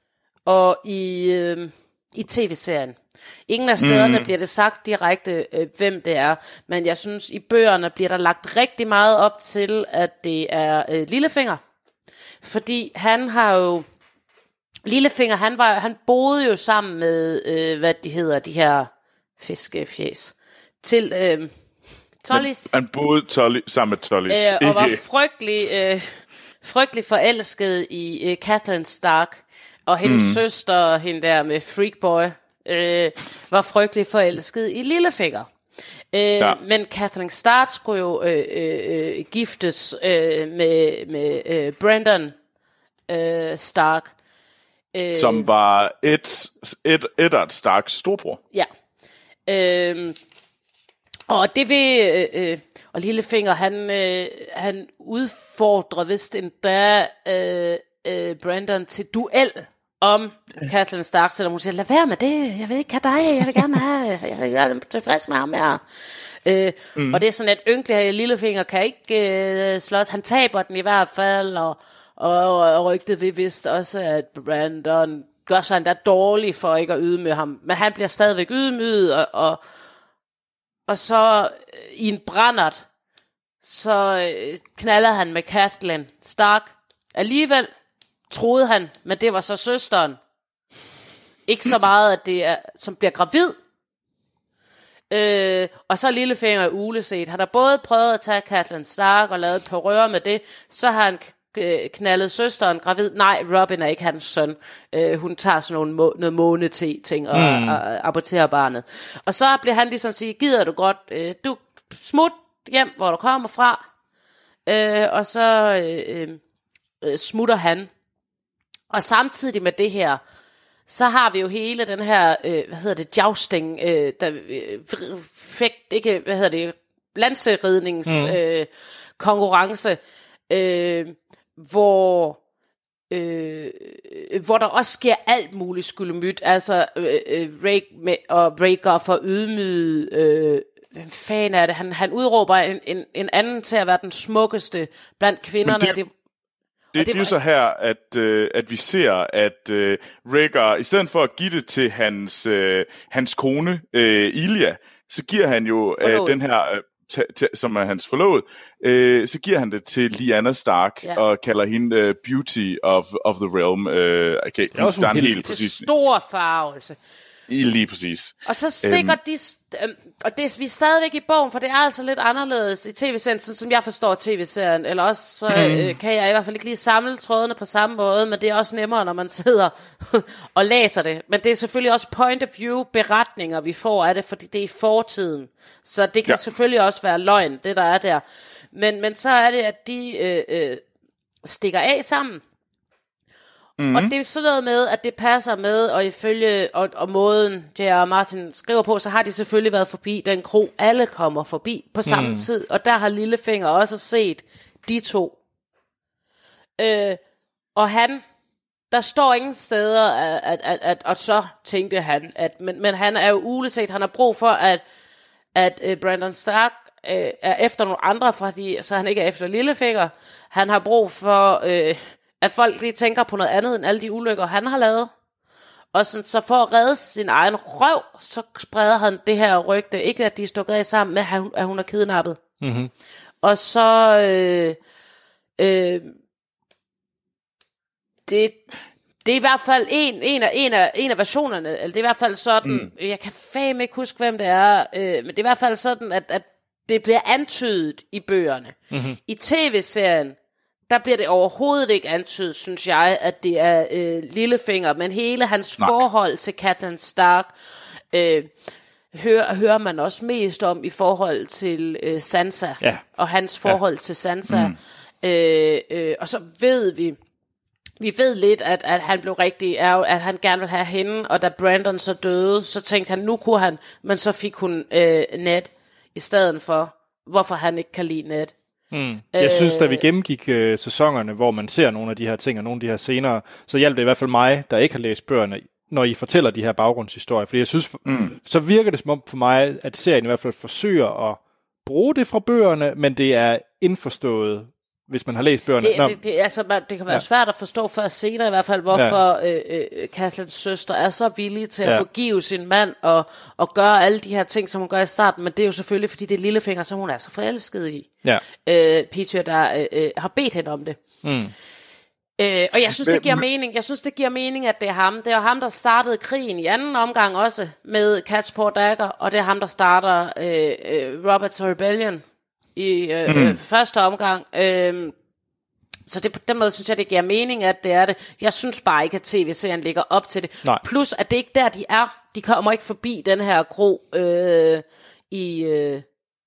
[SPEAKER 2] og i, øh, i tv-serien. Ingen af stederne mm. bliver det sagt direkte, øh, hvem det er, men jeg synes, i bøgerne bliver der lagt rigtig meget op til, at det er øh, Littlefinger. Fordi han har jo... Littlefinger, han, var, han boede jo sammen med, øh, hvad de hedder, de her fiskefjæs, til øh, Tollis.
[SPEAKER 3] Han, han boede Tolly, sammen med Tollis.
[SPEAKER 2] Øh, og var frygtelig, øh, frygtelig forelsket i øh, Catelyn Stark, og hendes mm. søster, hende der med Freakboy, Øh, var frygtelig forelsket i Littlefinger. Øh, ja. Men Catelyn Stark skulle jo øh, øh, giftes øh, med, med øh, Brandon øh, Stark.
[SPEAKER 3] Øh, Som var et, et, Eddard Starks storbror.
[SPEAKER 2] Ja. Øh, og det vil... Øh, og Littlefinger, han, øh, han udfordrer vist endda øh, øh, Brandon til duel om Catelyn Stark, selvom hun siger, lad være med det, jeg vil ikke have dig, jeg vil gerne have, jeg vil gerne tilfreds med ham her. Øh, mm. Og det er sådan, at ynkelig Littlefinger kan ikke øh, slås, han taber den i hvert fald, og, og, og rygtet ved vist også, at Brandon gør sig endda dårlig for ikke at ydmyge ham, men han bliver stadigvæk ydmyget, og, og, og så øh, i en brændert, så øh, knaller han med Catelyn Stark. Alligevel troede han, men det var så søsteren. Ikke så meget, at det er, som bliver gravid. Øh, og så Littlefinger uleset. Han har både prøvet at tage Catelyn Stark og lavet et par røre med det. Så har han knaldet søsteren gravid. Nej, Robin er ikke hans søn. Øh, hun tager sådan nogle må, noget måne-te-ting og, mm. og, og aborterer barnet. Og så bliver han ligesom sige, gider du godt, øh, du smut hjem, hvor du kommer fra. øh, og så øh, øh, smutter han. Og samtidig med det her, så har vi jo hele den her, øh, hvad hedder det, jousting, øh, der øh, fik, ikke, hvad hedder det, lanseridnings mm. øh, konkurrence, øh, hvor øh, hvor der også sker alt muligt skyldemyt, altså øh, øh, Ray med, og Rhaegar for ydmyget, øh, hvem fanden er det, han, han udråber en, en, en anden til at være den smukkeste blandt kvinderne.
[SPEAKER 3] Det, det, det, det er jo så her, at, øh, at vi ser, at øh, Rhaegar, i stedet for at give det til hans, øh, hans kone, øh, Ilya, så giver han jo øh, den her... Øh, T- t- som er hans forlovede, øh, så giver han det til Lyanna Stark, ja. Og kalder hende uh, Beauty of, of the Realm. Øh, okay, det er også en helt præcis.
[SPEAKER 2] Stor farvelse.
[SPEAKER 3] Lige præcis.
[SPEAKER 2] Og så stikker øhm. de, øh, og det er vi er stadigvæk i bogen, for det er altså lidt anderledes i tv-serien, som jeg forstår tv-serien, eller også så øh, kan jeg i hvert fald ikke lige samle trådene på samme måde, men det er også nemmere, når man sidder og læser det. Men det er selvfølgelig også point of view beretninger, vi får af det, fordi det er i fortiden. Så det kan ja. selvfølgelig også være løgn, det der er der. Men, men så er det, at de øh, øh, stikker af sammen. Mm-hmm. Og det er sådan noget med, at det passer med, og ifølge og, og måden, J R. Martin skriver på, så har de selvfølgelig været forbi den kro, alle kommer forbi på samme mm. tid. Og der har Littlefinger også set de to. Øh, og han, der står ingen steder, at, at, at, at og så tænkte han, at, men, men han er jo uleset, han har brug for, at, at uh, Brandon Stark uh, er efter nogle andre, fordi, så han ikke er efter Littlefinger. Han har brug for... Uh, at folk lige tænker på noget andet end alle de ulykker, han har lavet. Og sådan, så for at redde sin egen røv, så spreder han det her rygte. Ikke at de er stukket af sammen med, at hun, at hun er kidnappet. Mm-hmm. Og så... Øh, øh, det, det er i hvert fald en, en, af, en, af, en af versionerne. Eller det er i hvert fald sådan... Mm. Jeg kan fandme ikke huske, hvem det er. Øh, men det er i hvert fald sådan, at, at det bliver antydet i bøgerne. Mm-hmm. I tv-serien, der bliver det overhovedet ikke antydet, synes jeg, at det er øh, Littlefinger, men hele hans Nej. forhold til Catelyn Stark øh, hører, hører man også mest om i forhold til øh, Sansa, ja. og hans forhold ja. til Sansa. Mm. Øh, øh, og så ved vi, vi ved lidt, at, at han blev rigtig, at han gerne ville have hende, og da Brandon så døde, så tænkte han, nu kunne han, men så fik hun øh, Ned i stedet for, hvorfor han ikke kan lide Ned.
[SPEAKER 1] Mm. Jeg synes, da vi gennemgik øh, sæsonerne, hvor man ser nogle af de her ting og nogle af de her scener, så hjalp det i hvert fald mig, der ikke har læst bøgerne, når I fortæller de her baggrundshistorier. Fordi jeg synes, mm. så virker det som om for mig, at serien i hvert fald forsøger at bruge det fra bøgerne, men det er indforstået, hvis man har læst bøgerne.
[SPEAKER 2] Det, det, det, altså, man, det kan være ja. svært at forstå før senere i hvert fald, hvorfor ja. øh, øh, Catelyns søster er så villig til at ja. forgive sin mand og, og gøre alle de her ting, som hun gør i starten. Men det er jo selvfølgelig, fordi det er Littlefinger, som hun er så forelsket i. Ja. Øh, Petyr, der øh, øh, har bedt hende om det. Mm. Øh, og jeg synes, det giver mening. Jeg synes, det giver mening, at det er ham. Det er ham, der startede krigen i anden omgang også med Catspore Dagger, og det er ham, der starter øh, øh, Robert's Rebellion i øh, mm. øh, første omgang. Øh, så det, på den måde synes jeg, det giver mening, at det er det. Jeg synes bare ikke, at tv-serien ligger op til det. Nej. Plus, at det ikke der, de er. De kommer ikke forbi den her kro øh, i... Øh,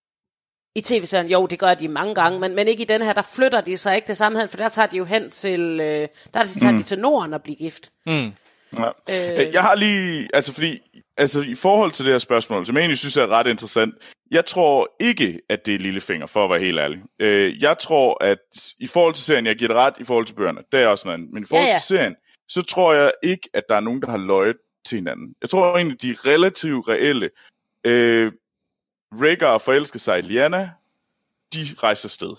[SPEAKER 2] I tv-serien, jo, det gør de mange gange, men, men ikke i den her, der flytter de sig ikke det samme hen, for der tager de jo hen til, øh, der tager mm. de til Norden og bliver gift. Mm.
[SPEAKER 3] Ja. Øh. Jeg har lige, altså fordi, altså i forhold til det her spørgsmål, som jeg egentlig synes er ret interessant, jeg tror ikke, at det er Littlefinger, for at være helt ærlig. Øh, jeg tror, at i forhold til serien, jeg giver det ret i forhold til bøgerne, det er også noget andet, men i forhold ja, ja. til serien, så tror jeg ikke, at der er nogen, der har løjet til hinanden. Jeg tror egentlig, de er relativt reelle. Øh, Rhaegar forelsker sig i Lyanna, de rejser sted.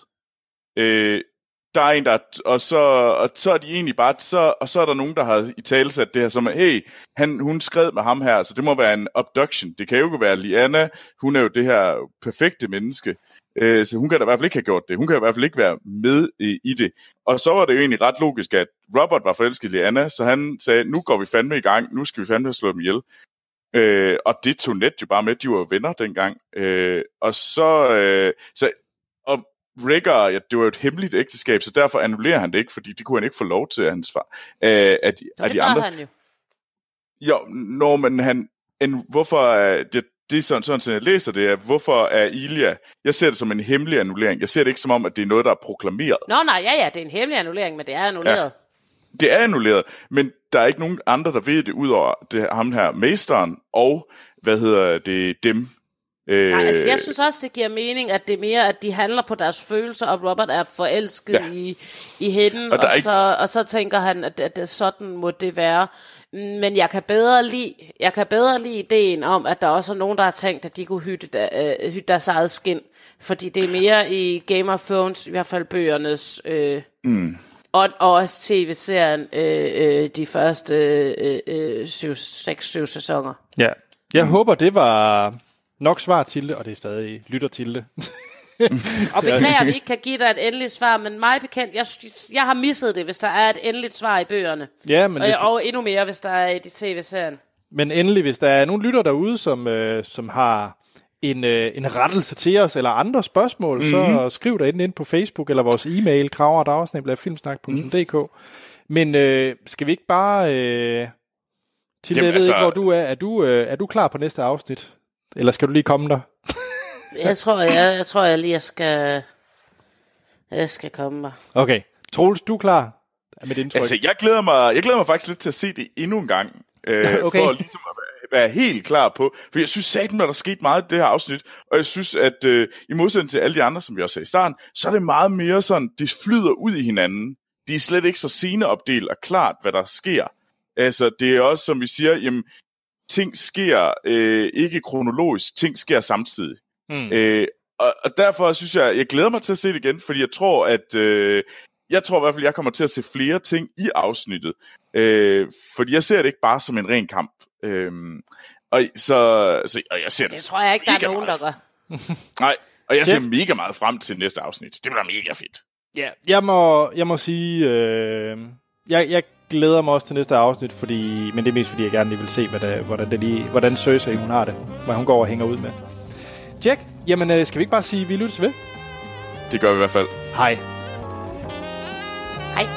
[SPEAKER 3] Øh, der er en, der, og så, og så er de egentlig bare, så, og så er der nogen, der har i talesat det her som, hey, han, hun skred med ham her, så det må være en abduction. Det kan jo ikke være Lyanna, hun er jo det her perfekte menneske, øh, så hun kan da i hvert fald ikke have gjort det. Hun kan i hvert fald ikke være med i, i det. Og så var det jo egentlig ret logisk, at Robert var forelsket i Lyanna, så han sagde, nu går vi fandme i gang, nu skal vi fandme slå dem ihjel. Øh, og det tog Ned jo bare med, de var venner dengang. Øh, og så, øh, så og Rhaegar, ja, det var jo et hemmeligt ægteskab, så derfor annullerer han det ikke, fordi det kunne han ikke få lov til af hans far. Øh, af de,
[SPEAKER 2] af
[SPEAKER 3] de andre.
[SPEAKER 2] Han jo.
[SPEAKER 3] Jo, når man han, en, hvorfor, det, det er sådan, sådan, så jeg læser det, er, hvorfor er Ilya... Jeg ser det som en hemmelig annullering. Jeg ser det ikke som om, at det er noget, der er proklameret.
[SPEAKER 2] Nå, nej, ja, ja, det er en hemmelig annullering, men det er annulleret. Ja.
[SPEAKER 3] Det er annulleret, men der er ikke nogen andre, der ved det, udover det, ham her, mesteren, og, hvad hedder det, dem. Øh...
[SPEAKER 2] Nej, altså, jeg synes også, det giver mening, at det er mere, at de handler på deres følelser, og Robert er forelsket ja. i, i hende, og, og, ikke... så, og så tænker han, at, at, at sådan må det være. Men jeg kan bedre lide, jeg kan bedre lide ideen om, at der også er nogen, der har tænkt, at de kunne hytte, der, øh, hytte deres eget skin. Fordi det er mere i Game of Thrones, i hvert fald bøgernes, øh, mm. og, og også tv-serien, øh, øh, de første øh, øh, seks syv sæsoner.
[SPEAKER 1] Ja, jeg mm. håber, det var nok svar til det, og det er stadig lytter til det.
[SPEAKER 2] Og beklager, at vi ikke kan give dig et endeligt svar, men mig bekendt, jeg, jeg har misset det, hvis der er et endeligt svar i bøgerne.
[SPEAKER 1] Ja, men
[SPEAKER 2] og,
[SPEAKER 1] det...
[SPEAKER 2] og endnu mere, hvis der er i de tv-serien.
[SPEAKER 1] Men endelig, hvis der er nogle lytter derude, som, øh, som har en, øh, en rettelse til os, eller andre spørgsmål, mm-hmm. så skriv dig ind på Facebook, eller vores e-mail, kraver dagsnæbler filmsnak punktum d k. Mm. Men øh, skal vi ikke bare... Øh, til Jamen, jeg ved altså... ikke, hvor du er. Er du, øh, er du klar på næste afsnit? Eller skal du lige komme der?
[SPEAKER 2] Jeg tror, jeg, jeg tror, jeg lige jeg skal, jeg skal komme mig.
[SPEAKER 1] Okay. Troels, du er klar med det indtryk?
[SPEAKER 3] Altså, jeg glæder mig, jeg glæder mig faktisk lidt til at se det endnu en gang. Øh, okay. For ligesom at være, være helt klar på. For jeg synes satan, at der er sket meget i det her afsnit. Og jeg synes, at øh, i modsætning til alle de andre, som vi også sagde i starten, så er det meget mere sådan, det flyder ud i hinanden. De er slet ikke så sceneopdelt og klart, hvad der sker. Altså, det er også, som vi siger, jamen, ting sker øh, ikke kronologisk, ting sker samtidig. Mm. Øh, og, og derfor synes jeg, jeg glæder mig til at se det igen, fordi jeg tror, at øh, jeg tror i hvert fald, jeg kommer til at se flere ting i afsnittet, øh, fordi jeg ser det ikke bare som en ren kamp. Øh, og så, så og jeg ser det.
[SPEAKER 2] Det tror jeg ikke, der er nogen, der gør.
[SPEAKER 3] Nej, og jeg ser mega meget frem til næste afsnit. Det bliver mega fedt.
[SPEAKER 1] Ja, yeah. jeg må, jeg må sige, øh, jeg, jeg glæder mig også til næste afsnit, fordi, men det er mest fordi jeg gerne lige vil se, hvad der, hvordan det lige, hvordan Cersei hun har det, hvad hun går og hænger ud med. Jack, jamen øh, skal vi ikke bare sige, at vi lyttes ved?
[SPEAKER 3] Det gør vi i hvert fald.
[SPEAKER 1] Hej.
[SPEAKER 2] Hej.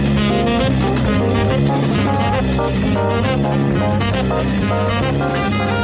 [SPEAKER 4] Thank you.